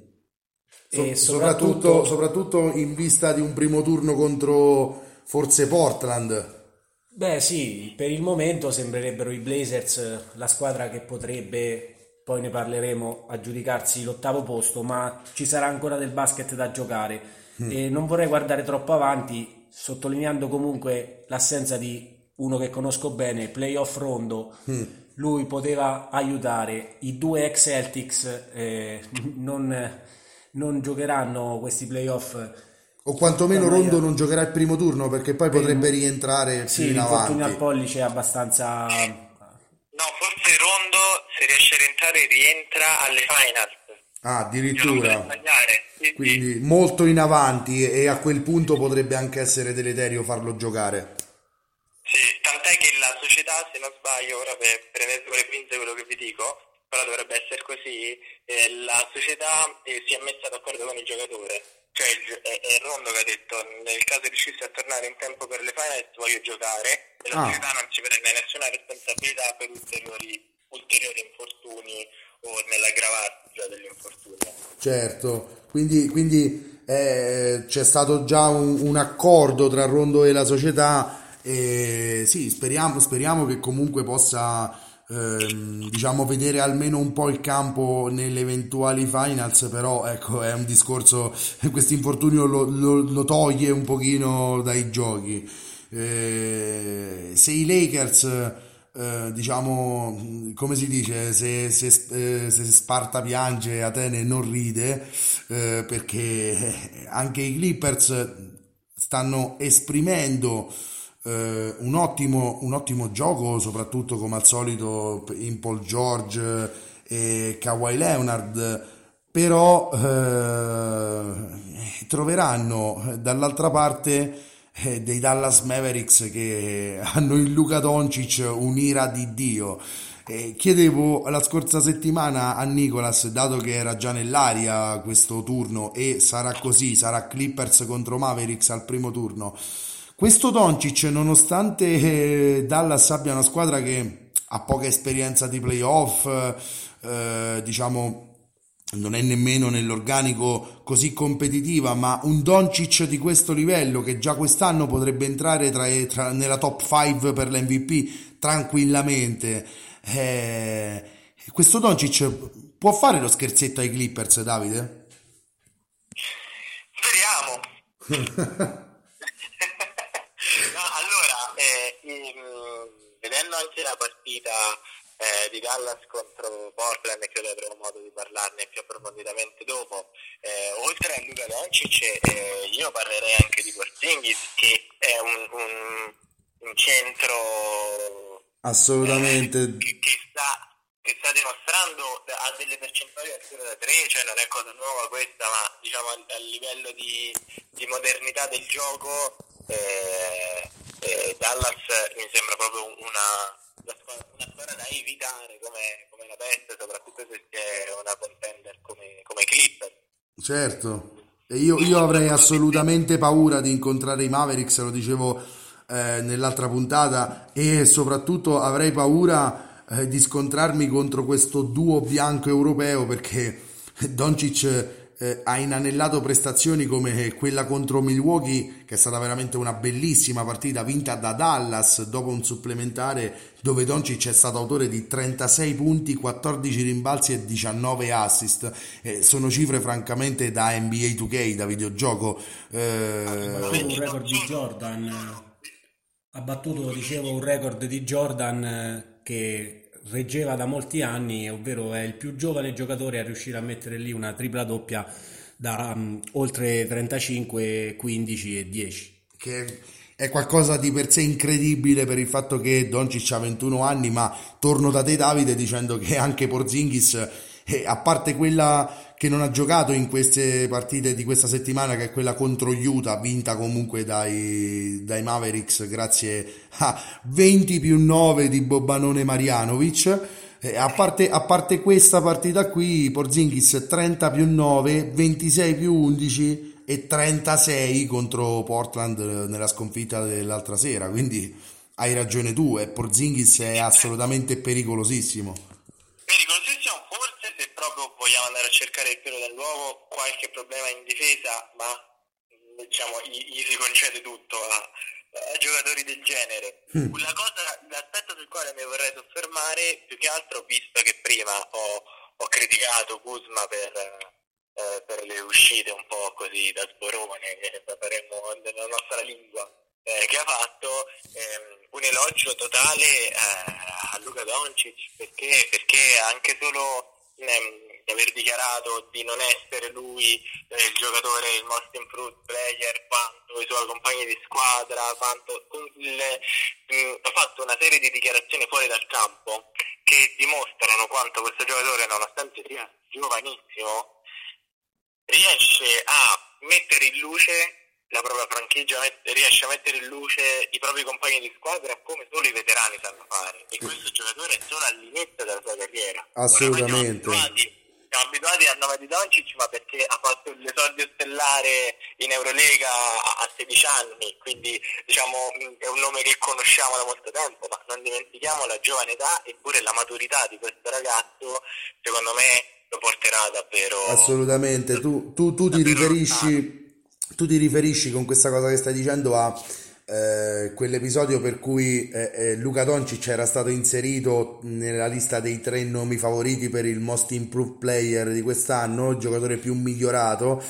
E So- soprattutto, soprattutto in vista di un primo turno contro forse Portland. Beh sì, per il momento sembrerebbero i Blazers la squadra che potrebbe, poi ne parleremo, aggiudicarsi l'ottavo posto, ma ci sarà ancora del basket da giocare e non vorrei guardare troppo avanti, sottolineando comunque l'assenza di uno che conosco bene, playoff Rondo. Lui poteva aiutare, i due ex Celtics eh, non, non giocheranno questi playoff. O quantomeno Ormai- Rondo non giocherà il primo turno perché poi potrebbe rientrare più Sì, in l'infortunio al avanti. pollice è abbastanza... No, forse Rondo, se riesce a rientrare, rientra alle finals. Ah, Io non vorrei addirittura. sbagliare. Sì, sì. Quindi molto in avanti e a quel punto potrebbe anche essere deleterio farlo giocare. Sì, tant'è che la società, se non sbaglio, ora per prendere sulle pinze quello che vi dico, però dovrebbe essere così, eh, la società eh, si è messa d'accordo con il giocatore. Cioè il gio- è, è Rondo che ha detto, nel caso riuscissi a tornare in tempo per le finals voglio giocare, e la Ah. società non si prende nessuna responsabilità per ulteriori, ulteriori infortuni o nell'aggravarsi già dell'infortunio. Certo, quindi, quindi eh, c'è stato già un, un accordo tra Rondo e la società e sì, speriamo, speriamo che comunque possa ehm, diciamo vedere almeno un po' il campo nelle eventuali finals, però ecco è un discorso, questo infortunio lo, lo- lo toglie un pochino dai giochi. Eh, se i Lakers eh, diciamo, come si dice, se, se, eh, se Sparta piange Atene non ride, eh, perché anche i Clippers stanno esprimendo eh, un ottimo, un ottimo gioco, soprattutto come al solito in Paul George e Kawhi Leonard, però eh, troveranno dall'altra parte eh, dei Dallas Mavericks che hanno in Luka Doncic un'ira di Dio. Eh, chiedevo la scorsa settimana a Nicolas, dato che era già nell'aria questo turno e sarà così, sarà Clippers contro Mavericks al primo turno, questo Doncic, nonostante eh, Dallas abbia una squadra che ha poca esperienza di playoff, eh, diciamo non è nemmeno nell'organico così competitiva, ma un Doncic di questo livello che già quest'anno potrebbe entrare tra, tra- nella top cinque per l'M V P tranquillamente. Eh, questo Doncic può fare lo scherzetto ai Clippers, Davide? Speriamo. No, allora, eh, ehm, vedendo anche la partita eh, di Dallas contro Portland, e credo avremo modo di parlarne più approfonditamente dopo, eh, oltre a Luka Doncic eh, io parlerei anche di Porzingis, che è un, un, un centro Assolutamente. eh, che, che sta che sta dimostrando, ha delle percentuali a tiro da tre, cioè non è cosa nuova questa, ma diciamo a, a livello di, di modernità del gioco eh, eh, Dallas mi sembra proprio una, una, squadra, una squadra da evitare come, come la peste, soprattutto se è una contender come, come Clippers. Certo, e io, io avrei assolutamente paura di incontrare i Mavericks, lo dicevo eh, nell'altra puntata, e soprattutto avrei paura eh, di scontrarmi contro questo duo bianco europeo, perché Doncic eh, ha inanellato prestazioni come quella contro Milwaukee, che è stata veramente una bellissima partita vinta da Dallas dopo un supplementare dove Doncic è stato autore di trentasei punti, quattordici rimbalzi e diciannove assist. Eh, sono cifre francamente da N B A due K, da videogioco. Ha Eh, battuto un record di Jordan, ha battuto, dicevo, un record di Jordan eh, che reggeva da molti anni, ovvero è il più giovane giocatore a riuscire a mettere lì una tripla doppia da um, oltre trentacinque, quindici e dieci. che è qualcosa di per sé incredibile, per il fatto che Doncic ha ventuno anni, ma torno da te Davide dicendo che anche Porzingis, eh, a parte quella che non ha giocato in queste partite di questa settimana, che è quella contro Utah, vinta comunque dai, dai Mavericks grazie a venti più nove di Bobanone Marjanovic, eh, a parte, a parte questa partita qui, Porzingis trenta più nove, ventisei più undici e trentasei contro Portland nella sconfitta dell'altra sera, quindi hai ragione tu, e Porzingis è assolutamente pericolosissimo. Pericolosissimo, forse se proprio vogliamo andare a cercare il pelo dell'uovo, qualche problema in difesa, ma diciamo gli, gli si concede tutto a, a giocatori del genere. Mm. La cosa, l'aspetto sul quale mi vorrei soffermare, più che altro, visto che prima ho, ho criticato Kuzma per, eh, per le uscite un po' così da sborone, che faremo nella nostra lingua, eh, che ha fatto ehm, un elogio totale eh, a Luka Doncic, perché, perché anche solo ehm, aver dichiarato di non essere lui eh, il giocatore, il most improved player, quanto i suoi compagni di squadra, quanto il, mh, ha fatto una serie di dichiarazioni fuori dal campo che dimostrano quanto questo giocatore, nonostante sia giovanissimo, riesce a mettere in luce la propria franchigia, riesce a mettere in luce i propri compagni di squadra come solo i veterani sanno fare, e questo giocatore è solo all'inizio della sua carriera. Assolutamente. Siamo abituati, siamo abituati al nome di Doncic, ma perché ha fatto l'esordio stellare in Eurolega a sedici anni, quindi diciamo è un nome che conosciamo da molto tempo, ma non dimentichiamo la giovane età, eppure la maturità di questo ragazzo secondo me lo porterà davvero. Assolutamente. Tu, tu, tu ti riferisci tu ti riferisci con questa cosa che stai dicendo a eh, quell'episodio per cui eh, eh, Luka Doncic era stato inserito nella lista dei tre nomi favoriti per il Most Improved Player di quest'anno, il giocatore più migliorato,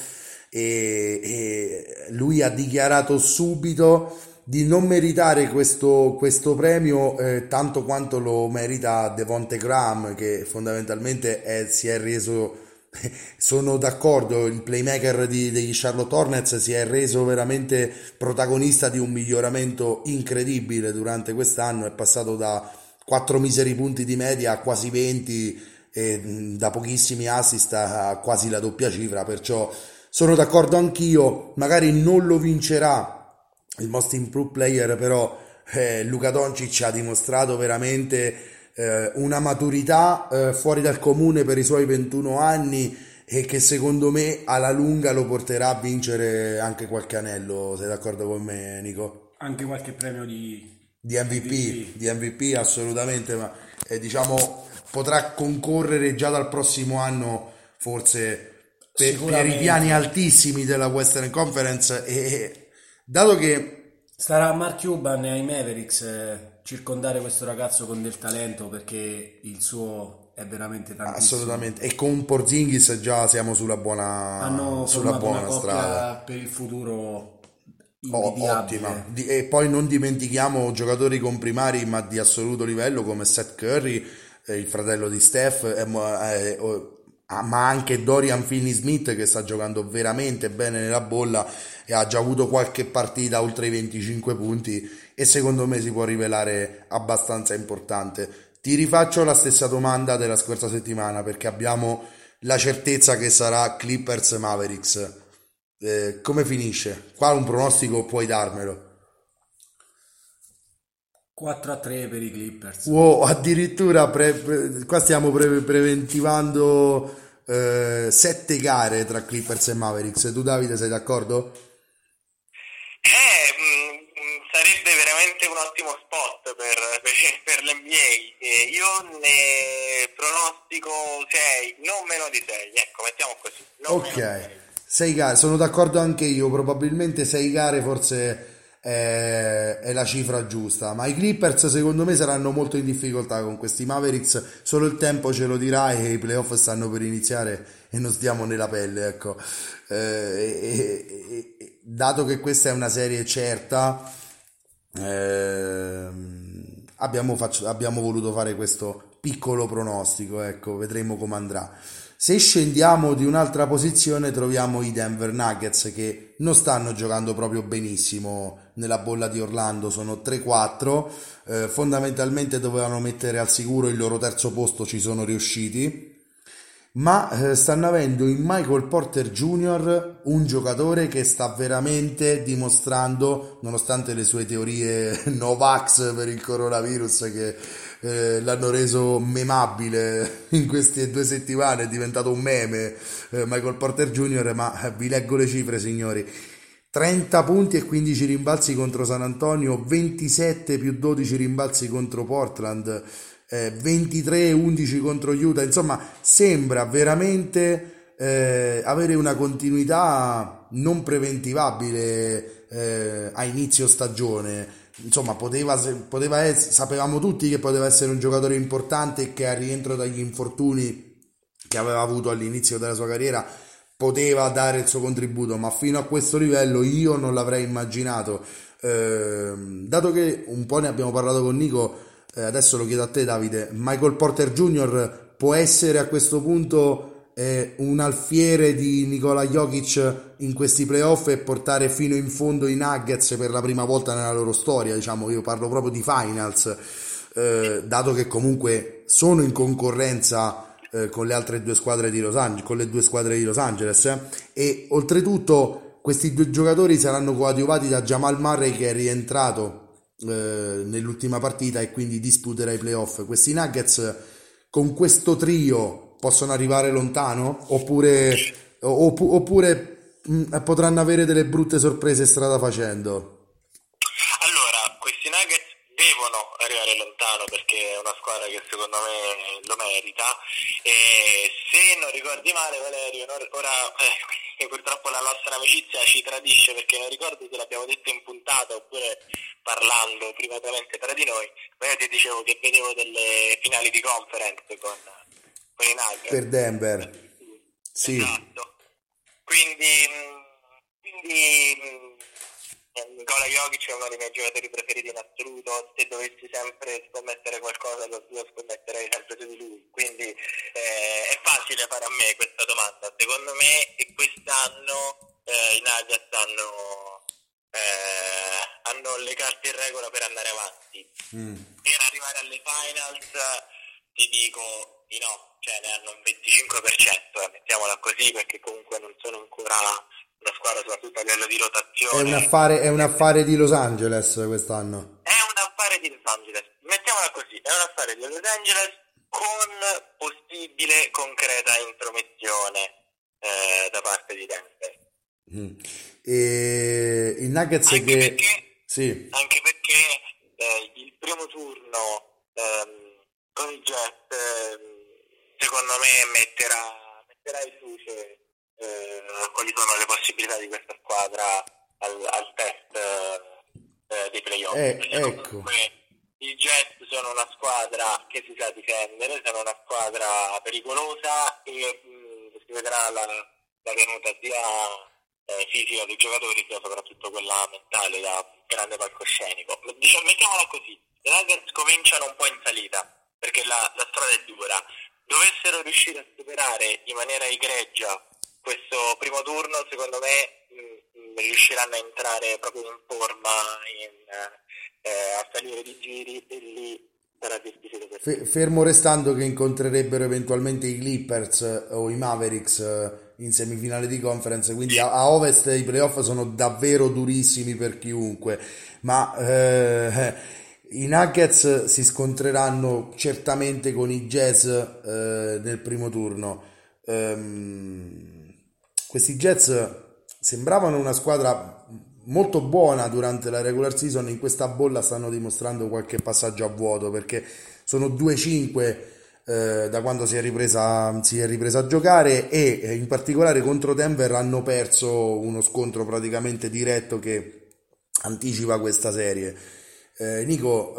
e, e lui ha dichiarato subito di non meritare questo, questo premio eh, tanto quanto lo merita Devonte Graham, che fondamentalmente è, si è reso, sono d'accordo, il playmaker di, degli Charlotte Hornets si è reso veramente protagonista di un miglioramento incredibile durante quest'anno, è passato da quattro miseri punti di media a quasi venti, e da pochissimi assist a quasi la doppia cifra, perciò sono d'accordo anch'io. Magari non lo vincerà il Most Improved Player, però eh, Luka Doncic ha dimostrato veramente eh, una maturità eh, fuori dal comune per i suoi ventuno anni, e che secondo me alla lunga lo porterà a vincere anche qualche anello. Sei d'accordo con me, Nico? Anche qualche premio di, di M V P, M V P. Di M V P assolutamente, ma eh, diciamo potrà concorrere già dal prossimo anno forse per, per i piani altissimi della Western Conference, e dato che starà a Mark Cuban e ai Mavericks eh, circondare questo ragazzo con del talento, perché il suo è veramente tantissimo. Assolutamente, e con Porzingis già siamo sulla buona, hanno sulla buona una strada per il futuro Oh, ottima. Di- e poi non dimentichiamo giocatori comprimari ma di assoluto livello come Seth Curry, eh, il fratello di Steph, eh, mo- eh, oh, ah, ma anche Dorian Finney-Smith che sta giocando veramente bene nella bolla e ha già avuto qualche partita oltre i venticinque punti e secondo me si può rivelare abbastanza importante. Ti rifaccio la stessa domanda della scorsa settimana perché abbiamo la certezza che sarà Clippers Mavericks. Eh, come finisce? Qua un pronostico puoi darmelo. quattro a tre per i Clippers. Wow, addirittura pre- pre- qua stiamo pre- preventivando eh, sette gare tra Clippers e Mavericks. Tu Davide sei d'accordo? Eh, mh, mh, sarebbe veramente un ottimo spot per, per, per l'N B A. Eh, io ne pronostico sei, non meno di sei, ecco, mettiamo così. Non meno di Ok, sei. sei gare, sono d'accordo anche io, probabilmente sei gare forse è, è la cifra giusta, ma i Clippers secondo me saranno molto in difficoltà con questi Mavericks, solo il tempo ce lo dirà e i playoff stanno per iniziare e non stiamo nella pelle, ecco. Eh, e- e- e- dato che questa è una serie certa, ehm, abbiamo, faccio- abbiamo voluto fare questo piccolo pronostico, ecco, vedremo come andrà. Se scendiamo di un'altra posizione troviamo i Denver Nuggets che non stanno giocando proprio benissimo nella bolla di Orlando, sono tre quattro, eh, fondamentalmente dovevano mettere al sicuro il loro terzo posto, ci sono riusciti, ma eh, stanno avendo in Michael Porter Junior un giocatore che sta veramente dimostrando, nonostante le sue teorie Novax per il coronavirus che eh, l'hanno reso memabile in queste due settimane, è diventato un meme eh, Michael Porter Junior, ma eh, vi leggo le cifre signori. trenta punti e quindici rimbalzi contro San Antonio, ventisette più dodici rimbalzi contro Portland, eh, ventitré undici contro Utah, insomma sembra veramente eh, avere una continuità non preventivabile eh, a inizio stagione. Insomma, poteva, poteva essere, sapevamo tutti che poteva essere un giocatore importante e che al rientro dagli infortuni che aveva avuto all'inizio della sua carriera poteva dare il suo contributo, ma fino a questo livello io non l'avrei immaginato. Eh, dato che un po' ne abbiamo parlato con Nico, eh, adesso lo chiedo a te Davide, Michael Porter Junior può essere a questo punto eh, un alfiere di Nikola Jokic in questi playoff e portare fino in fondo i Nuggets per la prima volta nella loro storia, diciamo, io parlo proprio di finals, eh, dato che comunque sono in concorrenza eh, con le altre due squadre di Los Angeles, con le due squadre di Los Angeles, eh, e oltretutto questi due giocatori saranno coadiuvati da Jamal Murray che è rientrato eh, nell'ultima partita e quindi disputerà i playoff. Questi Nuggets con questo trio possono arrivare lontano oppure, opp- oppure mh, potranno avere delle brutte sorprese strada facendo? Allora, questi Nuggets devono arrivare lontano perché è una squadra che secondo me lo merita e se non ricordi male Valerio, no- ora eh, purtroppo la nostra amicizia ci tradisce perché non ricordo se l'abbiamo detto in puntata oppure parlando privatamente tra di noi, ma io ti dicevo che vedevo delle finali di conference con, con i Nuggets. Per Denver. Sì. Esatto. Quindi, mh, quindi mh, Nikola Jokic è uno dei miei giocatori preferiti in assoluto, se dovessi sempre scommettere qualcosa lo, lo scommetterei sempre su di lui, quindi eh, è facile fare a me questa domanda. Secondo me e quest'anno eh, i Nuggets hanno, eh, hanno le carte in regola per andare avanti. Mm. Per arrivare alle finals ti dico di no, cioè ne hanno un venticinque per cento, eh, mettiamola così perché comunque non sono ancora una squadra soprattutto a livello di È rotazione. un affare, è un affare di Los Angeles quest'anno. È un affare di Los Angeles, mettiamola così, è un affare di Los Angeles con possibile concreta intromissione eh, da parte di Denver. Mm. E i Nuggets Anche che... perché, Sì. anche perché eh, il primo turno ehm, con i Jets ehm, secondo me metterà, metterà in luce eh, quali sono le possibilità di questa squadra al, al test eh, dei playoff. Eh, Perché ecco. comunque i Jets sono una squadra che si sa difendere, sono una squadra pericolosa e mh, si vedrà la, la venuta sia eh, fisica dei giocatori sia soprattutto quella mentale da grande palcoscenico. Diciamo, mettiamola così, i Nuggets cominciano un po' in salita, perché la, la strada è dura. Dovessero riuscire a superare in maniera egregia questo primo turno, secondo me mh, riusciranno a entrare proprio in forma, in, eh, a salire di giri, e lì sarà difficile per Fe- fermo restando che incontrerebbero eventualmente i Clippers eh, o i Mavericks eh, in semifinale di conference, quindi a, a Ovest i playoff sono davvero durissimi per chiunque, ma eh, i Nuggets si scontreranno certamente con i Jazz eh, nel primo turno. Ehm, questi Jazz sembravano una squadra molto buona durante la regular season, in questa bolla stanno dimostrando qualche passaggio a vuoto, perché sono due cinque eh, da quando si è ripresa si è ripresa a giocare, e eh, in particolare contro Denver hanno perso uno scontro praticamente diretto che anticipa questa serie. eh, Nico,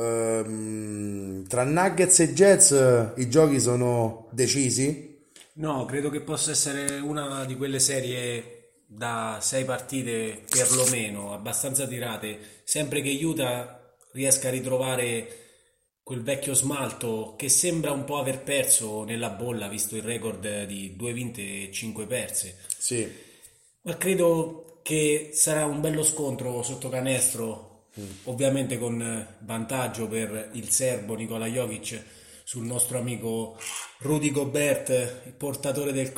ehm, tra Nuggets e Jazz eh, i giochi sono decisi? No, credo che possa essere una di quelle serie da sei partite perlomeno, abbastanza tirate, sempre che Utah riesca a ritrovare quel vecchio smalto che sembra un po' aver perso nella bolla, visto il record di due vinte e cinque perse. Sì. Ma credo che sarà un bello scontro sotto canestro, mm. ovviamente con vantaggio per il serbo Nikola Jokic sul nostro amico Rudy Gobert, il portatore del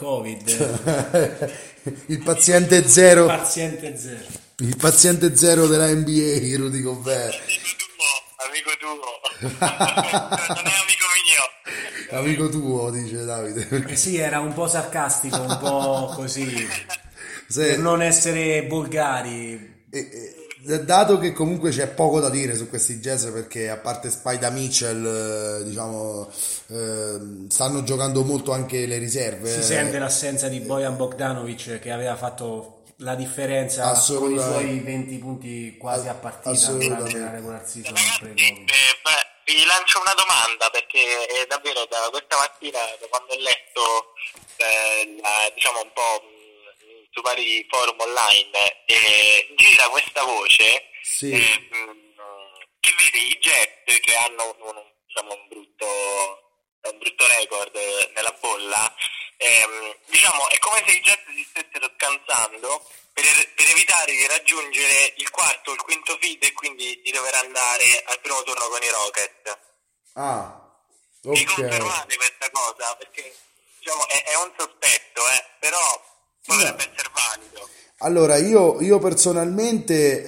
Covid. il paziente zero. Il paziente zero. Il paziente zero della N B A, Rudy Gobert. Amico tuo, amico tuo. Non è amico mio. Amico tuo, dice Davide. Eh sì, era un po' sarcastico, un po' così, Se, per non essere volgari. E, e, dato che comunque c'è poco da dire su questi Jazz, perché a parte Spida Mitchell, eh, diciamo, eh, stanno giocando molto anche le riserve. Si sente l'assenza di Bojan Bogdanovic, che aveva fatto la differenza con i suoi venti punti quasi a partita durante la regular season. Ragazzi, eh, beh, vi lancio una domanda, perché è davvero da questa mattina, da quando ho letto eh, la, diciamo un po' mh, su vari forum online, eh, gira questa voce, sì. eh, mh, che vede i Jet che hanno un, diciamo, un brutto un brutto record nella bolla. Ehm, diciamo è come se i Jets si stessero scansando per, per evitare di raggiungere il quarto o il quinto feed, e quindi di dover andare al primo turno con i Rockets. Ah, ok. Mi confermate questa cosa? Perché diciamo è, è un sospetto, eh, però potrebbe no. essere valido. Allora, io, io personalmente,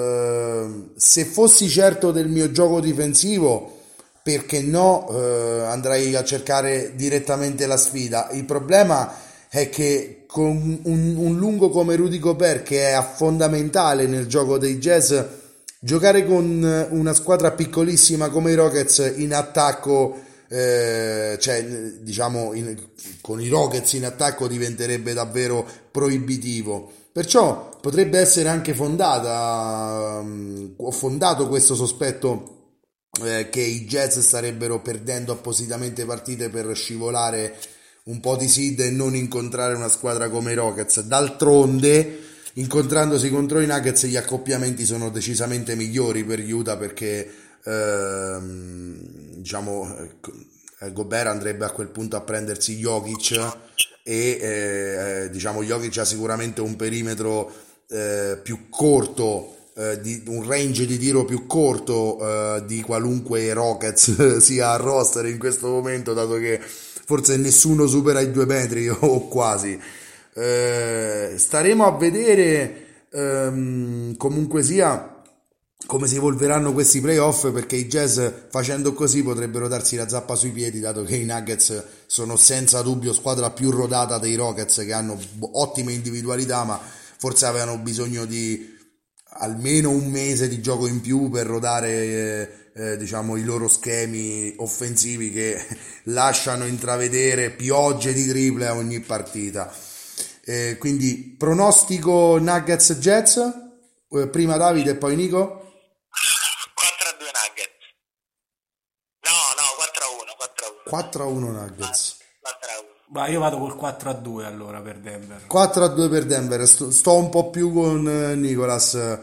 eh, se fossi certo del mio gioco difensivo, perché no, eh, andrei a cercare direttamente la sfida. Il problema è che con un, un lungo come Rudy Gobert, che è fondamentale nel gioco dei Jazz, giocare con una squadra piccolissima come i Rockets in attacco, eh, cioè diciamo in, con i Rockets in attacco diventerebbe davvero proibitivo. Perciò potrebbe essere anche fondata, um, ho fondato questo sospetto Eh, che i Jazz starebbero perdendo appositamente partite per scivolare un po' di seed e non incontrare una squadra come i Rockets. D'altronde, incontrandosi contro i Nuggets, gli accoppiamenti sono decisamente migliori per Utah, perché ehm, diciamo eh, Gobert andrebbe a quel punto a prendersi Jokic, e eh, diciamo Jokic ha sicuramente un perimetro eh, più corto, Uh, di un range di tiro più corto uh, di qualunque Rockets sia a roster in questo momento, dato che forse nessuno supera i due metri o quasi. Uh, staremo a vedere um, comunque sia come si evolveranno questi playoff, perché i Jazz facendo così potrebbero darsi la zappa sui piedi, dato che i Nuggets sono senza dubbio squadra più rodata dei Rockets, che hanno ottime individualità, ma forse avevano bisogno di almeno un mese di gioco in più per rodare eh, eh, diciamo i loro schemi offensivi, che lasciano intravedere piogge di triple a ogni partita. Eh, quindi pronostico Nuggets Jets, eh, prima Davide e poi Nico. quattro a due Nuggets. No, no, quattro a uno, quattro a uno. quattro a uno Nuggets. quattro a uno. Ma io vado col quattro a due allora per Denver. quattro a due per Denver. Sto, sto un po' più con eh, Nicolas.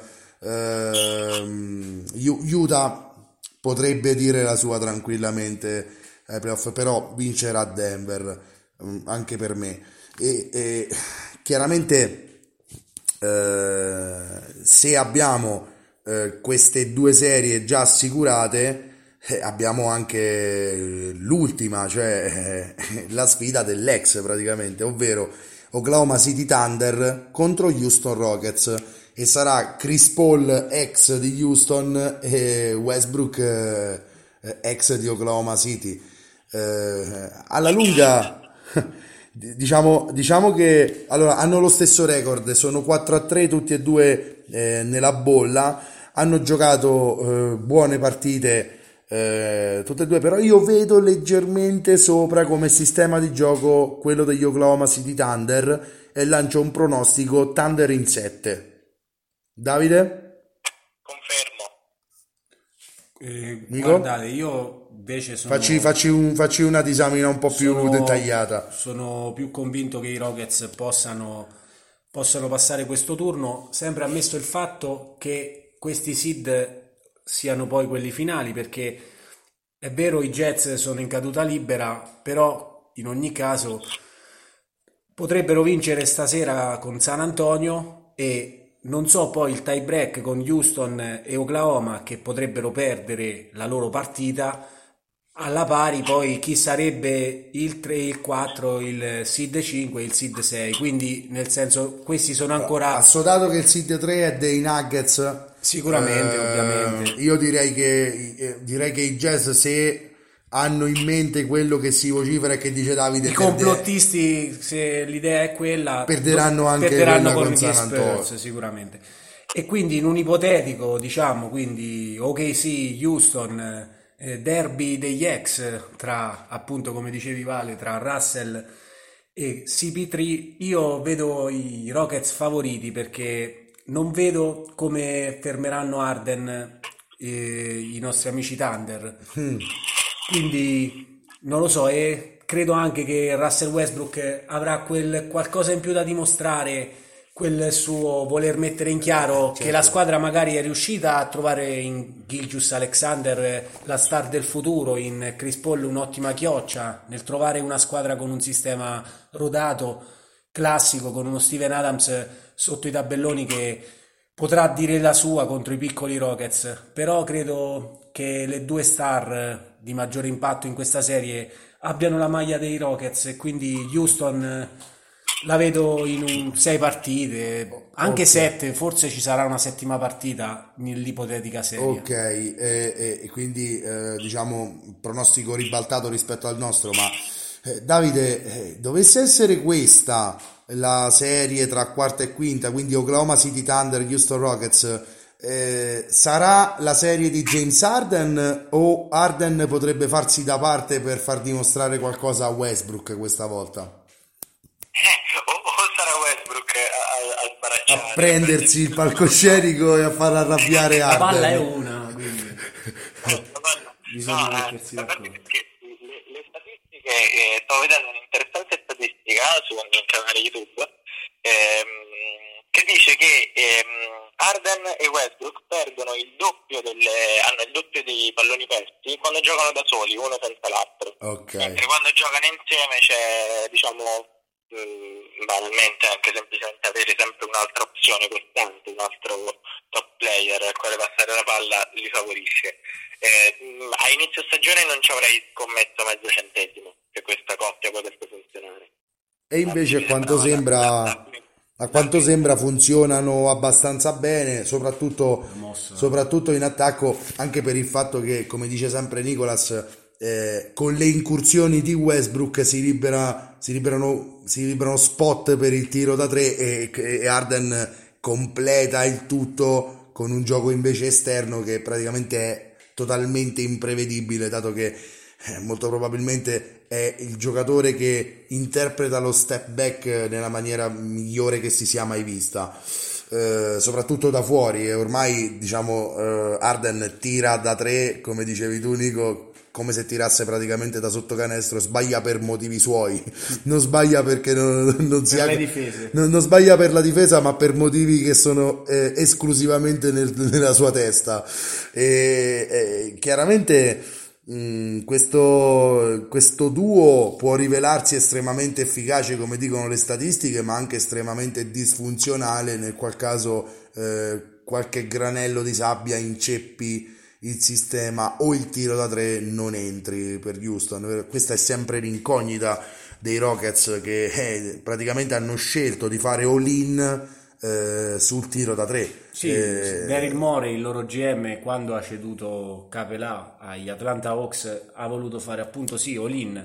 Ehm, Ju- Utah potrebbe dire la sua tranquillamente ai playoff, però vincerà Denver, mm, anche per me. E, e chiaramente, eh, se abbiamo eh, queste due serie già assicurate, eh, abbiamo anche l'ultima, cioè eh, la sfida dell'ex praticamente, ovvero Oklahoma City Thunder contro Houston Rockets, e sarà Chris Paul ex di Houston e Westbrook eh, ex di Oklahoma City. Eh, alla lunga diciamo, diciamo che allora hanno lo stesso record, sono quattro a tre tutti e due eh, nella bolla, hanno giocato eh, buone partite eh, tutte e due, però io vedo leggermente sopra come sistema di gioco quello degli Oklahoma City Thunder e lancio un pronostico Thunder in sette. Davide? Confermo. Eh, Nico? guardate, io invece sono, Facci, facci, un- facci una disamina un po' più sono, dettagliata. sono più convinto che i Rockets possano, possano passare questo turno, sempre ammesso il fatto che questi seed siano poi quelli finali, perché è vero i Jets sono in caduta libera, però in ogni caso potrebbero vincere stasera con San Antonio e non so poi il tie break con Houston e Oklahoma che potrebbero perdere la loro partita. Alla pari poi chi sarebbe il tre, il quattro, il seed cinque e il seed sei, quindi nel senso questi sono ancora Assodato che il seed tre è dei Nuggets, sicuramente, eh, ovviamente. io direi che, eh, direi che i Jazz, se hanno in mente quello che si vocifera e che dice Davide, I perde- complottisti, se l'idea è quella, Perderanno anche perderanno quella con con gli San Spurs Antonio. sicuramente. E quindi in un ipotetico, diciamo, quindi O K C, Houston, eh, derby degli ex tra, appunto, come dicevi Vale, tra Russell e C P tre, io vedo i Rockets favoriti perché non vedo come fermeranno Harden eh, i nostri amici Thunder. Quindi non lo so, e credo anche che Russell Westbrook avrà quel qualcosa in più da dimostrare, quel suo voler mettere in chiaro che la squadra magari è riuscita a trovare in Gilgeous Alexander la star del futuro, in Chris Paul un'ottima chioccia, nel trovare una squadra con un sistema rodato, classico, con uno Steven Adams sotto i tabelloni che potrà dire la sua contro i piccoli Rockets, però credo che le due star di maggiore impatto in questa serie abbiano la maglia dei Rockets e quindi Houston la vedo in un sei partite, anche Ok. sette, forse ci sarà una settima partita nell'ipotetica serie. Ok, e, e- e quindi eh, diciamo pronostico ribaltato rispetto al nostro, ma eh, Davide, eh, dovesse essere questa la serie tra quarta e quinta, quindi Oklahoma City Thunder, Houston Rockets, eh, sarà la serie di James Harden o Harden potrebbe farsi da parte per far dimostrare qualcosa a Westbrook questa volta? o, o sarà Westbrook a, a, a sbaracciare, A prendersi il palcoscenico e a far arrabbiare La palla è Harden. una, quindi No, bisogna no, eh, mettersi a parte d'accordo. perché le, le statistiche, eh, stavo vedendo un'interessante statistica su un canale YouTube ehm, che dice che ehm, Harden e Westbrook perdono il doppio delle, hanno il doppio dei palloni persi quando giocano da soli, uno senza l'altro. Ok. Mentre quando giocano insieme c'è, diciamo, mh, banalmente anche semplicemente avere sempre un'altra opzione costante, un altro top player al quale passare la palla li favorisce. Eh, mh, a inizio stagione non ci avrei scommesso mezzo centesimo che questa coppia potesse funzionare. E invece a Mi quanto sembrava sembra, da- a quanto sembra funzionano abbastanza bene, soprattutto, mossa. soprattutto in attacco, anche per il fatto che, come dice sempre Nicolas, eh, con le incursioni di Westbrook si libera, si liberano, si liberano spot per il tiro da tre e, e Harden completa il tutto con un gioco invece esterno che praticamente è totalmente imprevedibile, dato che eh, molto probabilmente è il giocatore che interpreta lo step back nella maniera migliore che si sia mai vista, eh, soprattutto da fuori. E ormai diciamo eh, Harden tira da tre, come dicevi tu Nico, come se tirasse praticamente da sotto canestro, sbaglia per motivi suoi, non sbaglia perché non, non si per ha, le difese. non, non sbaglia per la difesa, ma per motivi che sono eh, esclusivamente nel- nella sua testa. E, e chiaramente mh, questo, questo duo può rivelarsi estremamente efficace, come dicono le statistiche, ma anche estremamente disfunzionale nel qual caso eh, qualche granello di sabbia inceppi il sistema o il tiro da tre non entri per Houston. Questa è sempre l'incognita dei Rockets, che eh, praticamente hanno scelto di fare all-in eh, sul tiro da tre. Sì, Eh, Daryl Morey, il loro G M, quando ha ceduto Capelà agli Atlanta Hawks, ha voluto fare appunto sì, all-in,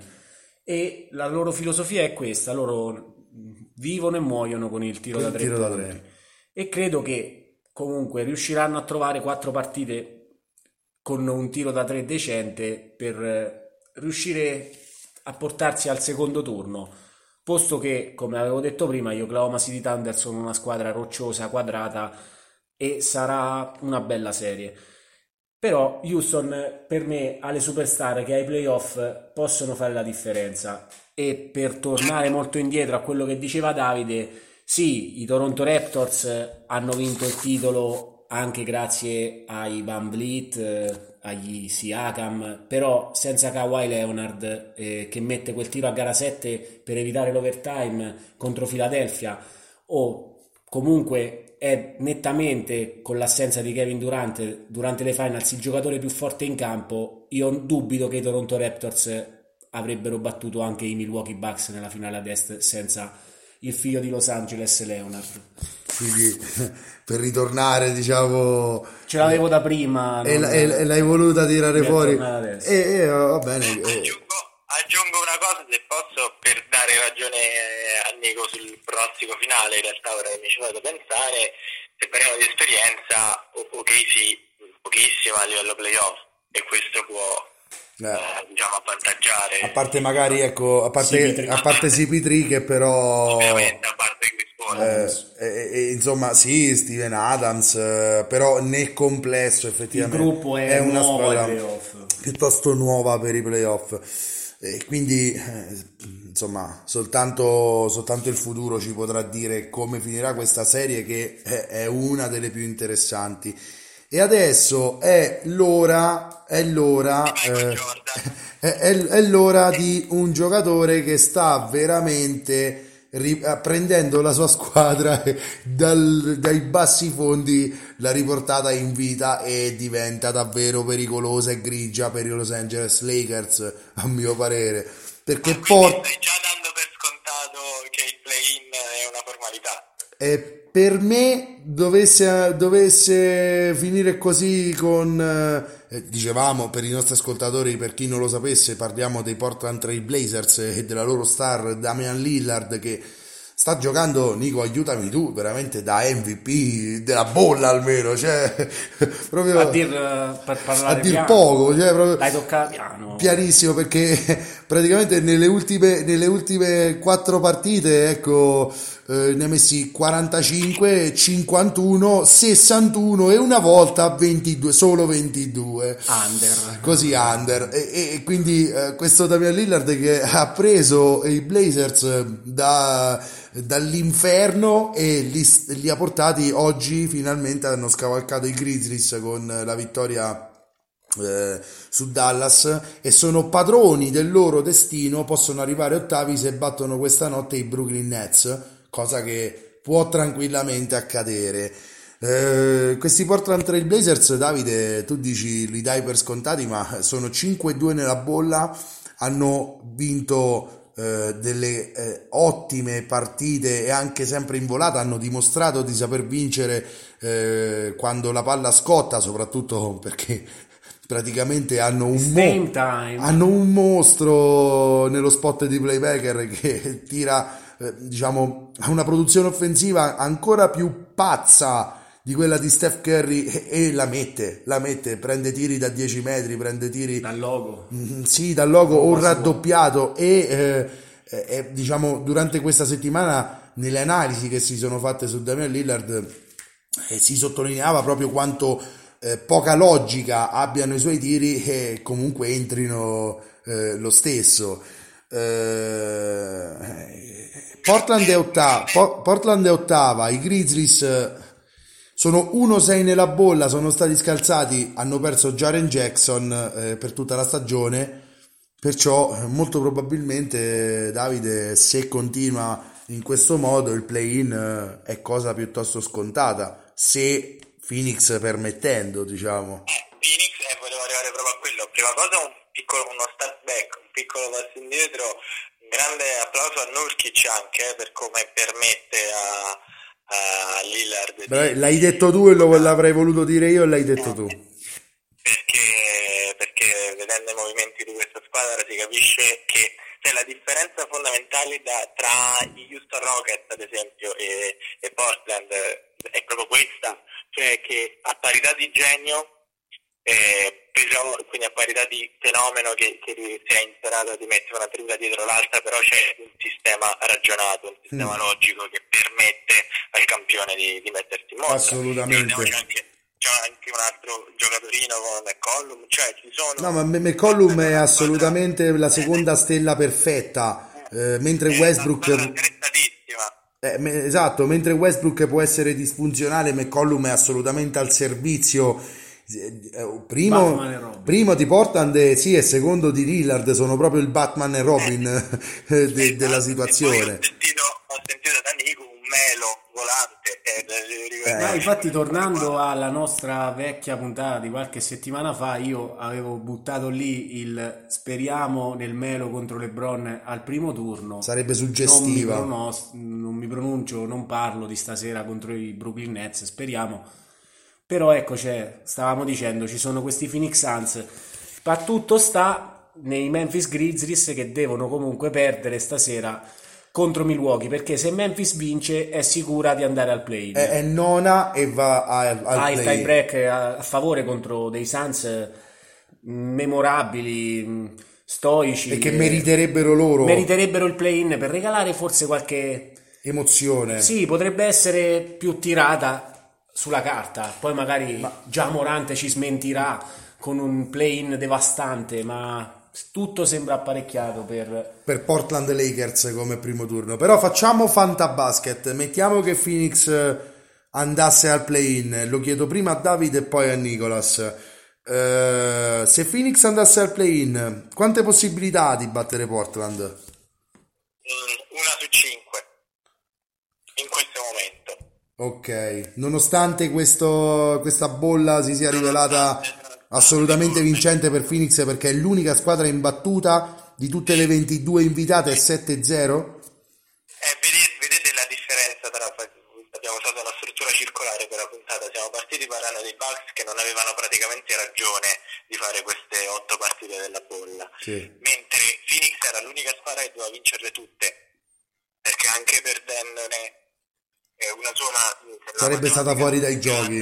e la loro filosofia è questa: loro vivono e muoiono con il tiro Con da il tre tiro da punti. tre. E credo che comunque riusciranno a trovare quattro partite con un tiro da tre decente per eh, riuscire a portarsi al secondo turno, posto che, come avevo detto prima, gli Oklahoma City Thunder sono una squadra rocciosa, quadrata, e sarà una bella serie. Però Houston, per me, ha le superstar che ai playoff possono fare la differenza. E per tornare molto indietro a quello che diceva Davide, sì, i Toronto Raptors hanno vinto il titolo anche grazie ai Van Vliet, eh, agli Siakam, però senza Kawhi Leonard, eh, che mette quel tiro a gara sette per evitare l'overtime contro Philadelphia, o comunque è nettamente, con l'assenza di Kevin Durant durante le finals, il giocatore più forte in campo. Io dubito che i Toronto Raptors avrebbero battuto anche i Milwaukee Bucks nella finale ad est senza il figlio di Los Angeles, Leonard. Quindi per ritornare, diciamo, Ce l'avevo da prima, e, non- e- e l'hai voluta tirare mi è fuori, tornata adesso. e, e, va bene. e- Aggiungo, aggiungo una cosa, se posso, per dare ragione a Nico sul pronostico finale. In realtà ora che mi ci vado a pensare, se parliamo di esperienza, o- ok sì, pochissima a livello playoff, e questo può eh. eh, diciamo avvantaggiare, A parte magari, ecco, a parte, C P tre. a parte C P tre, che però ovviamente, a parte Chris Paul. eh, eh, eh, insomma, sì, Steven Adams, eh, però nel complesso Il effettivamente gruppo è, una nuovo ai squadra playoff. piuttosto nuova per i playoff. E quindi eh, insomma, soltanto, soltanto il futuro ci potrà dire come finirà questa serie, che è, è una delle più interessanti. E adesso è l'ora, è l'ora, Michael eh, Jordan. è, è- è l'ora di un giocatore che sta veramente ri- eh, prendendo la sua squadra e dal- dai bassi fondi, l'ha riportata in vita e diventa davvero pericolosa e grigia per i Los Angeles Lakers, a mio parere, perché Quindi porta... stai già dando per scontato che il play-in è una formalità. E per me dovesse, dovesse finire così con, eh, dicevamo, per i nostri ascoltatori, per chi non lo sapesse, parliamo dei Portland Trail Blazers e della loro star Damian Lillard, che sta giocando, Nico, aiutami tu, veramente da M V P della bolla almeno, cioè proprio A dir, eh, per parlare a dir piano, poco, cioè proprio l'hai toccata piano. pianissimo, perché praticamente nelle ultime, nelle ultime quattro partite, ecco, eh, ne ha messi quarantacinque, cinquantuno, sessantuno e una volta ventidue, solo ventidue. Under. Così under. E, e- e quindi eh, questo Damian Lillard che ha preso i Blazers da, dall'inferno e li, li ha portati oggi, finalmente hanno scavalcato i Grizzlies con la vittoria eh, su Dallas, e sono padroni del loro destino. Possono arrivare ottavi se battono questa notte i Brooklyn Nets, cosa che può tranquillamente accadere. Eh, questi Portland Trail Blazers, Davide, tu dici li dai per scontati, ma sono cinque due nella bolla, hanno vinto eh, delle eh, ottime partite e anche sempre in volata, hanno dimostrato di saper vincere eh, quando la palla scotta, soprattutto perché praticamente hanno un, Same mo- time. hanno un mostro nello spot di playmaker che tira, eh, diciamo, ha una produzione offensiva ancora più pazza di quella di Steph Curry, e, e la mette, la mette, prende tiri da dieci metri, prende tiri Dal logo. Mm, sì, dal logo o raddoppiato, e eh, eh, eh, diciamo durante questa settimana nelle analisi che si sono fatte su Damian Lillard eh, si sottolineava proprio quanto eh, poca logica abbiano i suoi tiri e comunque entrino eh, lo stesso. Eh, Portland è ottava, Portland è ottava, i Grizzlies eh, sono uno sei nella bolla, sono stati scalzati, hanno perso Jaren Jackson eh, per tutta la stagione, perciò molto probabilmente Davide, se continua in questo modo, il play-in eh, è cosa piuttosto scontata, se Phoenix permettendo, diciamo. Eh, Phoenix, eh, volevo arrivare proprio a quello. Prima cosa un piccolo, uno step back, un piccolo passo indietro, un grande applauso a Nurkic anche eh, per come permette a, a Lillard. Beh, di, l'hai detto tu e lo l'avrei voluto dire io e l'hai detto tu. Perché, perché vedendo i movimenti di questa squadra si capisce che cioè, la differenza fondamentale da, tra i Houston Rockets ad esempio e, e Portland è proprio questa, cioè che a parità di genio, eh, quindi a parità di fenomeno che, che si è inserato di mettere una tripla dietro l'altra, però c'è un sistema ragionato, un sistema mm. logico che permette al campione di, di mettersi in moto. Assolutamente. C'è anche, c'è anche un altro giocatorino con McCollum, cioè ci sono... No, ma McCollum è assolutamente la seconda stella perfetta, eh, mentre Westbrook... Eh, me, esatto, mentre Westbrook può essere disfunzionale, McCollum è assolutamente al servizio. Primo, primo di Portland, eh, sì, e secondo di Lillard, sono proprio il Batman e Robin eh, de, della situazione. Ho sentito, ho sentito da Nico un melo volante. Eh, eh. No, infatti, tornando alla nostra vecchia puntata di qualche settimana fa, io avevo buttato lì il speriamo nel melo contro LeBron al primo turno. Sarebbe suggestiva. Non mi, pronos- non mi pronuncio, non parlo di stasera contro i Brooklyn Nets, speriamo. Però ecco, cioè, stavamo dicendo, ci sono questi Phoenix Suns, ma tutto sta nei Memphis Grizzlies che devono comunque perdere stasera contro Milwaukee, perché se Memphis vince è sicura di andare al play-in. È, è nona e va a, al ah, play-in. Il tie break a, a favore contro dei Suns memorabili, stoici. E che meriterebbero loro. Meriterebbero il play-in per regalare forse qualche... emozione. Sì, potrebbe essere più tirata sulla carta, poi magari ma... già Morante ci smentirà con un play-in devastante, ma tutto sembra apparecchiato per... per Portland Lakers come primo turno. Però facciamo fantabasket, mettiamo che Phoenix andasse al play-in, lo chiedo prima a Davide e poi a Nicolas. Uh, se Phoenix andasse al play-in, quante possibilità ha di battere Portland? Mm, una su cinque in questo momento. Ok, nonostante questo, questa bolla si sia rivelata assolutamente vincente per Phoenix, perché è l'unica squadra imbattuta di tutte le ventidue invitate, è sette zero? Eh, vedete, vedete la differenza tra... abbiamo usato una struttura circolare per la puntata, siamo partiti parlando dei Bucks che non avevano praticamente ragione di fare queste otto partite della bolla, sì. Mentre Phoenix era l'unica squadra che doveva vincerle tutte, perché anche perdendone una sola sarebbe stata fuori dai giochi,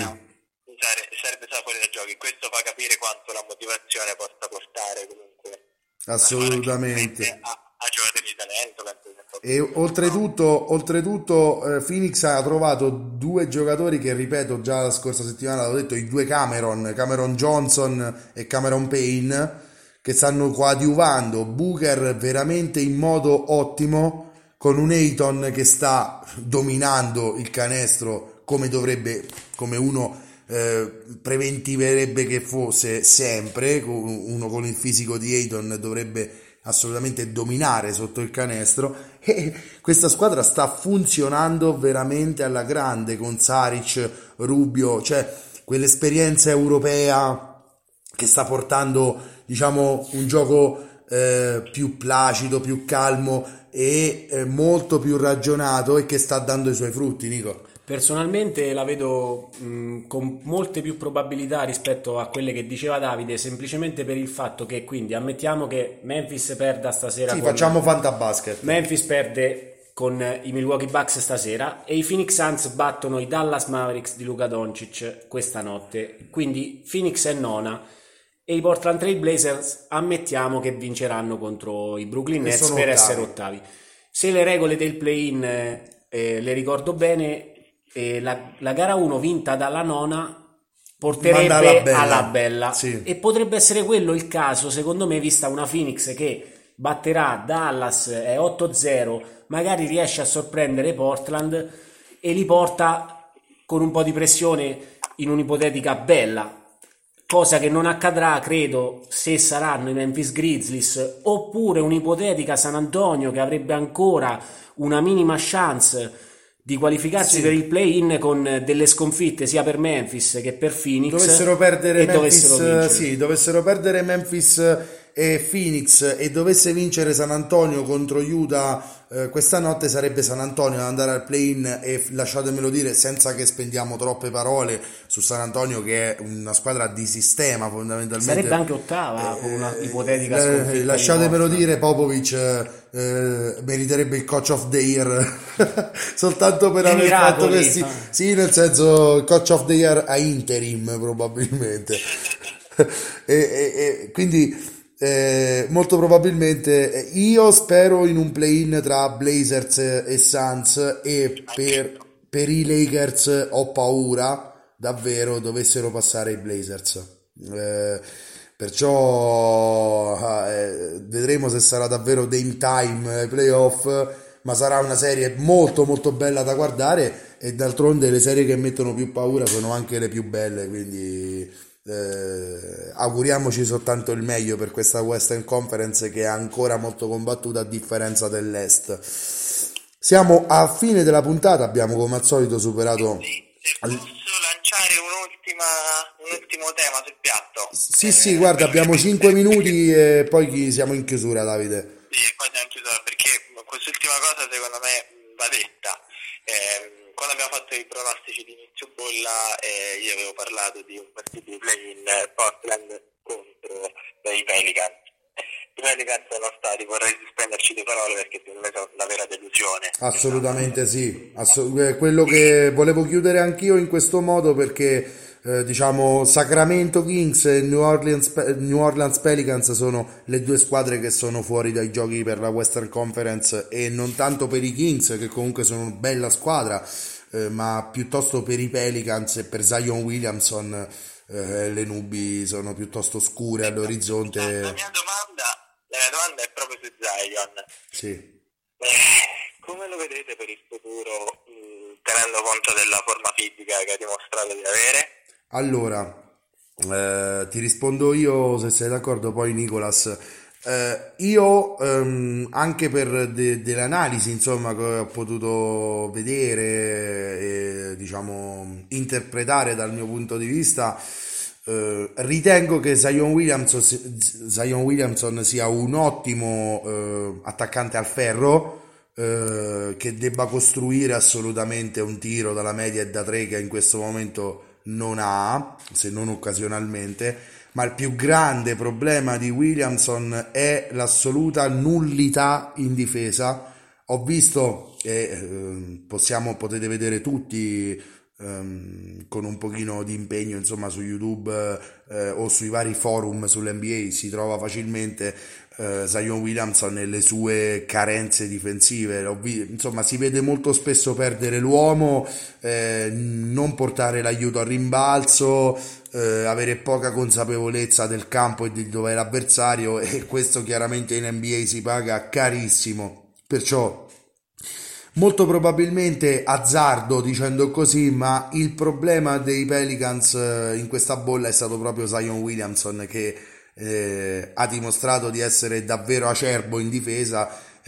sarebbe stata fuori dai giochi. Questo fa capire quanto la motivazione possa portare comunque assolutamente a, a giocatori di talento. E oltretutto, oltretutto eh, Phoenix ha trovato due giocatori che, ripeto, già la scorsa settimana l'ho detto, i due Cameron Cameron Johnson e Cameron Payne, che stanno coadiuvando Booker veramente in modo ottimo, con un Ayton che sta dominando il canestro come dovrebbe, come uno eh, preventiverebbe che fosse sempre. Uno con il fisico di Ayton dovrebbe assolutamente dominare sotto il canestro, e questa squadra sta funzionando veramente alla grande con Saric, Rubio, cioè quell'esperienza europea che sta portando, diciamo, un gioco eh, più placido, più calmo e eh, molto più ragionato, e che sta dando i suoi frutti. Nico? Personalmente la vedo mh, con molte più probabilità rispetto a quelle che diceva Davide, semplicemente per il fatto che, quindi ammettiamo che Memphis perda stasera. Sì, con... facciamo fantabasket. Memphis perde con i Milwaukee Bucks stasera e i Phoenix Suns battono i Dallas Mavericks di Luka Doncic questa notte, quindi Phoenix è nona e i Portland Trail Blazers ammettiamo che vinceranno contro i Brooklyn Nets per ottavi. Essere ottavi. Se le regole del play-in eh, le ricordo bene, eh, la, la gara uno vinta dalla nona porterebbe alla bella, alla bella. Sì. E potrebbe essere quello il caso, secondo me, vista una Phoenix che batterà Dallas, è otto zero, magari riesce a sorprendere Portland e li porta con un po' di pressione in un'ipotetica bella, cosa che non accadrà, credo, se saranno i Memphis Grizzlies, oppure un'ipotetica San Antonio che avrebbe ancora una minima chance di qualificarsi Sì. per il play-in con delle sconfitte sia per Memphis che per Phoenix. Dovessero perdere e Memphis, dovessero vincere. sì, dovessero perdere Memphis e Phoenix e dovesse vincere San Antonio contro Utah eh, questa notte, sarebbe San Antonio ad andare al play-in. E lasciatemelo dire, senza che spendiamo troppe parole su San Antonio, che è una squadra di sistema fondamentalmente, Sarebbe anche ottava con una eh, ipotetica eh, sconfitta. lasciatemelo di dire, Popovic eh, meriterebbe il coach of the year soltanto per I aver fatto miracoli, questi, ah. sì, nel senso coach of the year a interim probabilmente. e, e, e quindi eh, molto probabilmente io spero in un play-in tra Blazers e Suns, e per, per i Lakers ho paura davvero dovessero passare i Blazers, eh, perciò eh, vedremo se sarà davvero Dame Time ai playoff, ma sarà una serie molto molto bella da guardare, e d'altronde le serie che mettono più paura sono anche le più belle, quindi eh, auguriamoci soltanto il meglio per questa Western Conference, che è ancora molto combattuta a differenza dell'Est. Siamo a fine della puntata, abbiamo come al solito superato... Se posso lanciare un'ultima, un ultimo tema sul piatto. Sì, eh, sì, guarda, abbiamo cinque minuti e poi siamo in chiusura, Davide. Sì, e poi siamo in chiusura, perché quest'ultima cosa secondo me va detta. Eh, quando abbiamo fatto i pronostici di inizio bolla, eh, io avevo parlato di un possibile play-in Portland contro i Pelicans. I Pelicans sono stati, vorrei spenderci due parole perché secondo me sono una vera delusione. Assolutamente sì, Assolut- è quello che volevo chiudere anch'io in questo modo, perché eh, diciamo Sacramento Kings e New Orleans, Pe- New Orleans Pelicans sono le due squadre che sono fuori dai giochi per la Western Conference, e non tanto per i Kings, che comunque sono una bella squadra, eh, ma piuttosto per i Pelicans e per Zion Williamson. Eh, le nubi sono piuttosto scure all'orizzonte. La, la mia domanda, la mia domanda è proprio su Zion. Sì. Eh, come lo vedete per il futuro, mh, tenendo conto della forma fisica che ha dimostrato di avere? Allora, eh, ti rispondo io, se sei d'accordo, poi Nicolas. Eh, io ehm, anche per de- delle analisi, insomma, che ho potuto vedere e diciamo interpretare dal mio punto di vista, eh, ritengo che Zion Williamson, Zion Williamson sia un ottimo eh, attaccante al ferro, eh, che debba costruire assolutamente un tiro dalla media e da tre che in questo momento non ha, se non occasionalmente. Ma il più grande problema di Williamson è l'assoluta nullità in difesa. Ho visto, e eh, possiamo, potete vedere tutti ehm, con un pochino di impegno, insomma, su YouTube eh, o sui vari forum sull'N B A si trova facilmente eh, Zion Williamson e le sue carenze difensive. L'ho vi- insomma, si vede molto spesso perdere l'uomo, eh, non portare l'aiuto al rimbalzo, eh, avere poca consapevolezza del campo e di dove è l'avversario, e questo chiaramente in N B A si paga carissimo. Perciò molto probabilmente azzardo dicendo così, ma il problema dei Pelicans eh, in questa bolla è stato proprio Zion Williamson, che eh, ha dimostrato di essere davvero acerbo in difesa,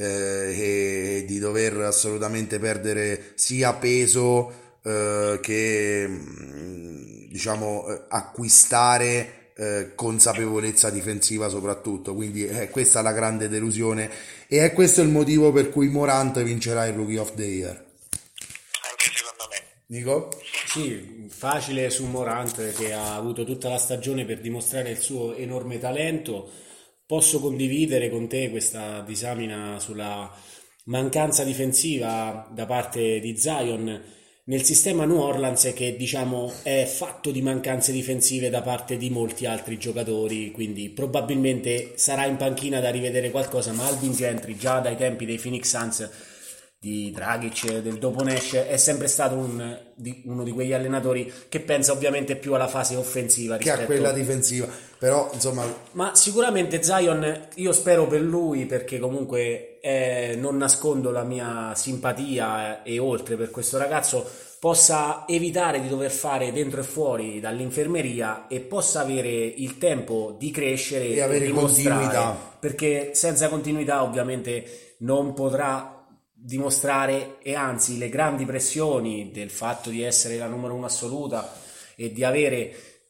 eh, e di dover assolutamente perdere sia peso eh, che mh, diciamo eh, acquistare eh, consapevolezza difensiva soprattutto. Quindi è questa la grande delusione, e è questo il motivo per cui Morant vincerà il Rookie of the Year. Anche secondo me. Nico? Sì, facile su Morant, che ha avuto tutta la stagione per dimostrare il suo enorme talento. Posso condividere con te questa disamina sulla mancanza difensiva da parte di Zion nel sistema New Orleans, che diciamo è fatto di mancanze difensive da parte di molti altri giocatori, quindi probabilmente sarà in panchina da rivedere qualcosa, ma Alvin Gentry già dai tempi dei Phoenix Suns di Dragic, del dopo Nash, è sempre stato un, di, uno di quegli allenatori che pensa ovviamente più alla fase offensiva che a quella difensiva, però insomma. Ma sicuramente Zion, io spero per lui, perché comunque eh, non nascondo la mia simpatia e oltre per questo ragazzo, possa evitare di dover fare dentro e fuori dall'infermeria e possa avere il tempo di crescere e avere continuità, perché senza continuità ovviamente non potrà dimostrare, e anzi le grandi pressioni del fatto di essere la numero uno assoluta e di avere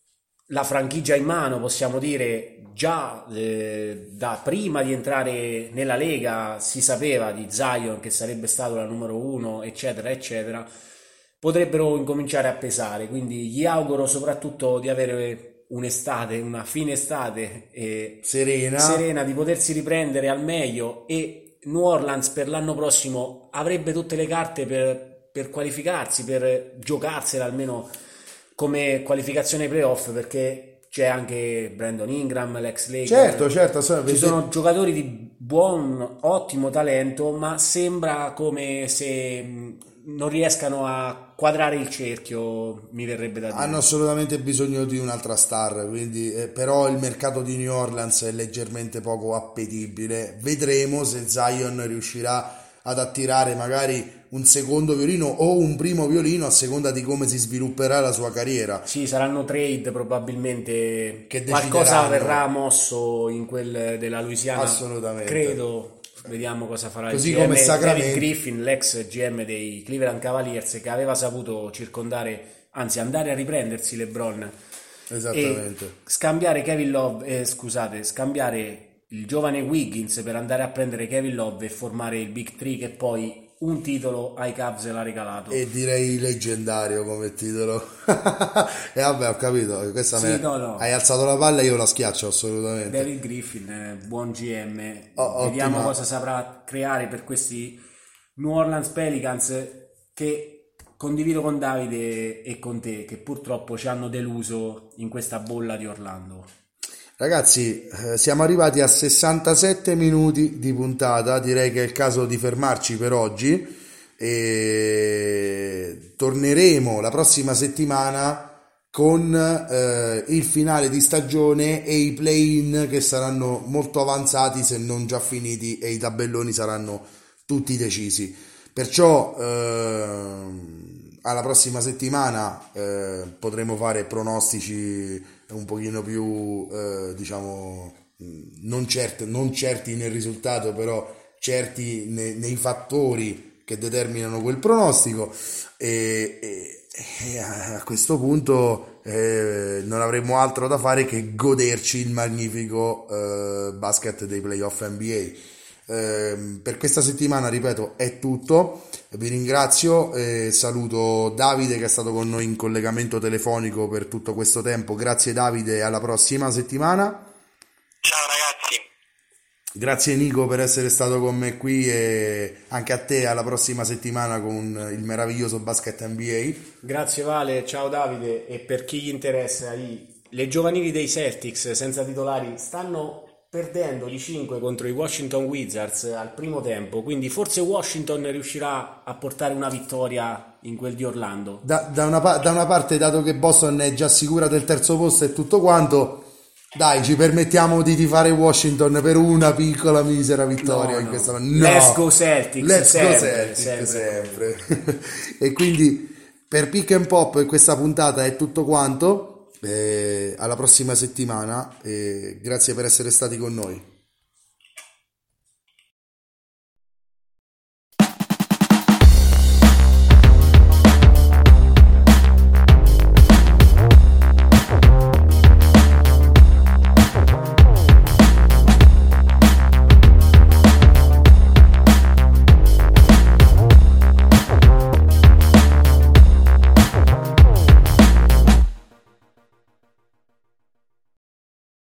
la franchigia in mano, possiamo dire già eh, da prima di entrare nella Lega si sapeva di Zion che sarebbe stato la numero uno, eccetera eccetera, potrebbero incominciare a pesare. Quindi gli auguro soprattutto di avere un'estate, una fine estate eh, serena. serena, di potersi riprendere al meglio, e New Orleans per l'anno prossimo avrebbe tutte le carte per, per qualificarsi, per giocarsela almeno come qualificazione ai playoff, perché c'è anche Brandon Ingram, l'ex Laker. Certo, certo, sono, ci sono giocatori di buon, ottimo talento, ma sembra come se non riescano a quadrare il cerchio, mi verrebbe da dire. Hanno assolutamente bisogno di un'altra star, quindi, eh, però il mercato di New Orleans è leggermente poco appetibile. Vedremo se Zion riuscirà ad attirare magari un secondo violino o un primo violino a seconda di come si svilupperà la sua carriera. Sì, saranno trade probabilmente, che qualcosa verrà mosso in quel della Louisiana, assolutamente, credo. Vediamo cosa farà così il G M come Sacramento. David Griffin, l'ex G M dei Cleveland Cavaliers, che aveva saputo circondare, anzi andare a riprendersi LeBron, esattamente, e scambiare Kevin Love, eh, scusate, scambiare il giovane Wiggins per andare a prendere Kevin Love e formare il Big Three, che poi un titolo ai Cavs l'ha regalato, e direi leggendario come titolo. E vabbè, ho capito, questa sì, me... no, no. hai alzato la palla e io la schiaccio assolutamente. David Griffin, eh, buon G M, oh, vediamo ottima. cosa saprà creare per questi New Orleans Pelicans, che condivido con Davide e con te, che purtroppo ci hanno deluso in questa bolla di Orlando. Ragazzi, eh, siamo arrivati a sessantasette minuti di puntata, direi che è il caso di fermarci per oggi, e torneremo la prossima settimana con eh, il finale di stagione e i play-in che saranno molto avanzati, se non già finiti, e i tabelloni saranno tutti decisi. Perciò eh, alla prossima settimana eh, potremo fare pronostici un pochino più eh, diciamo non certi, non certi nel risultato, però certi ne, nei fattori che determinano quel pronostico, e, e, e a questo punto eh, non avremo altro da fare che goderci il magnifico eh, basket dei playoff N B A. Eh, per questa settimana, ripeto, è tutto. Vi ringrazio e saluto Davide, che è stato con noi in collegamento telefonico per tutto questo tempo. Grazie Davide, alla prossima settimana. Ciao ragazzi. Grazie Nico per essere stato con me qui, e anche a te alla prossima settimana con il meraviglioso basket N B A. Grazie Vale, ciao Davide. E per chi gli interessa, le giovanili dei Celtics senza titolari stanno perdendo di cinque contro i Washington Wizards al primo tempo, quindi forse Washington riuscirà a portare una vittoria in quel di Orlando. Da, da, una, da una parte, dato che Boston è già sicura del terzo posto e tutto quanto, dai, ci permettiamo di tifare Washington per una piccola misera vittoria, no, in no. questa no. Let's go Celtics, Let's sempre, go Celtics sempre. sempre. E quindi per Pick and Pop questa puntata è tutto quanto. Eh, alla prossima settimana, e grazie per essere stati con noi.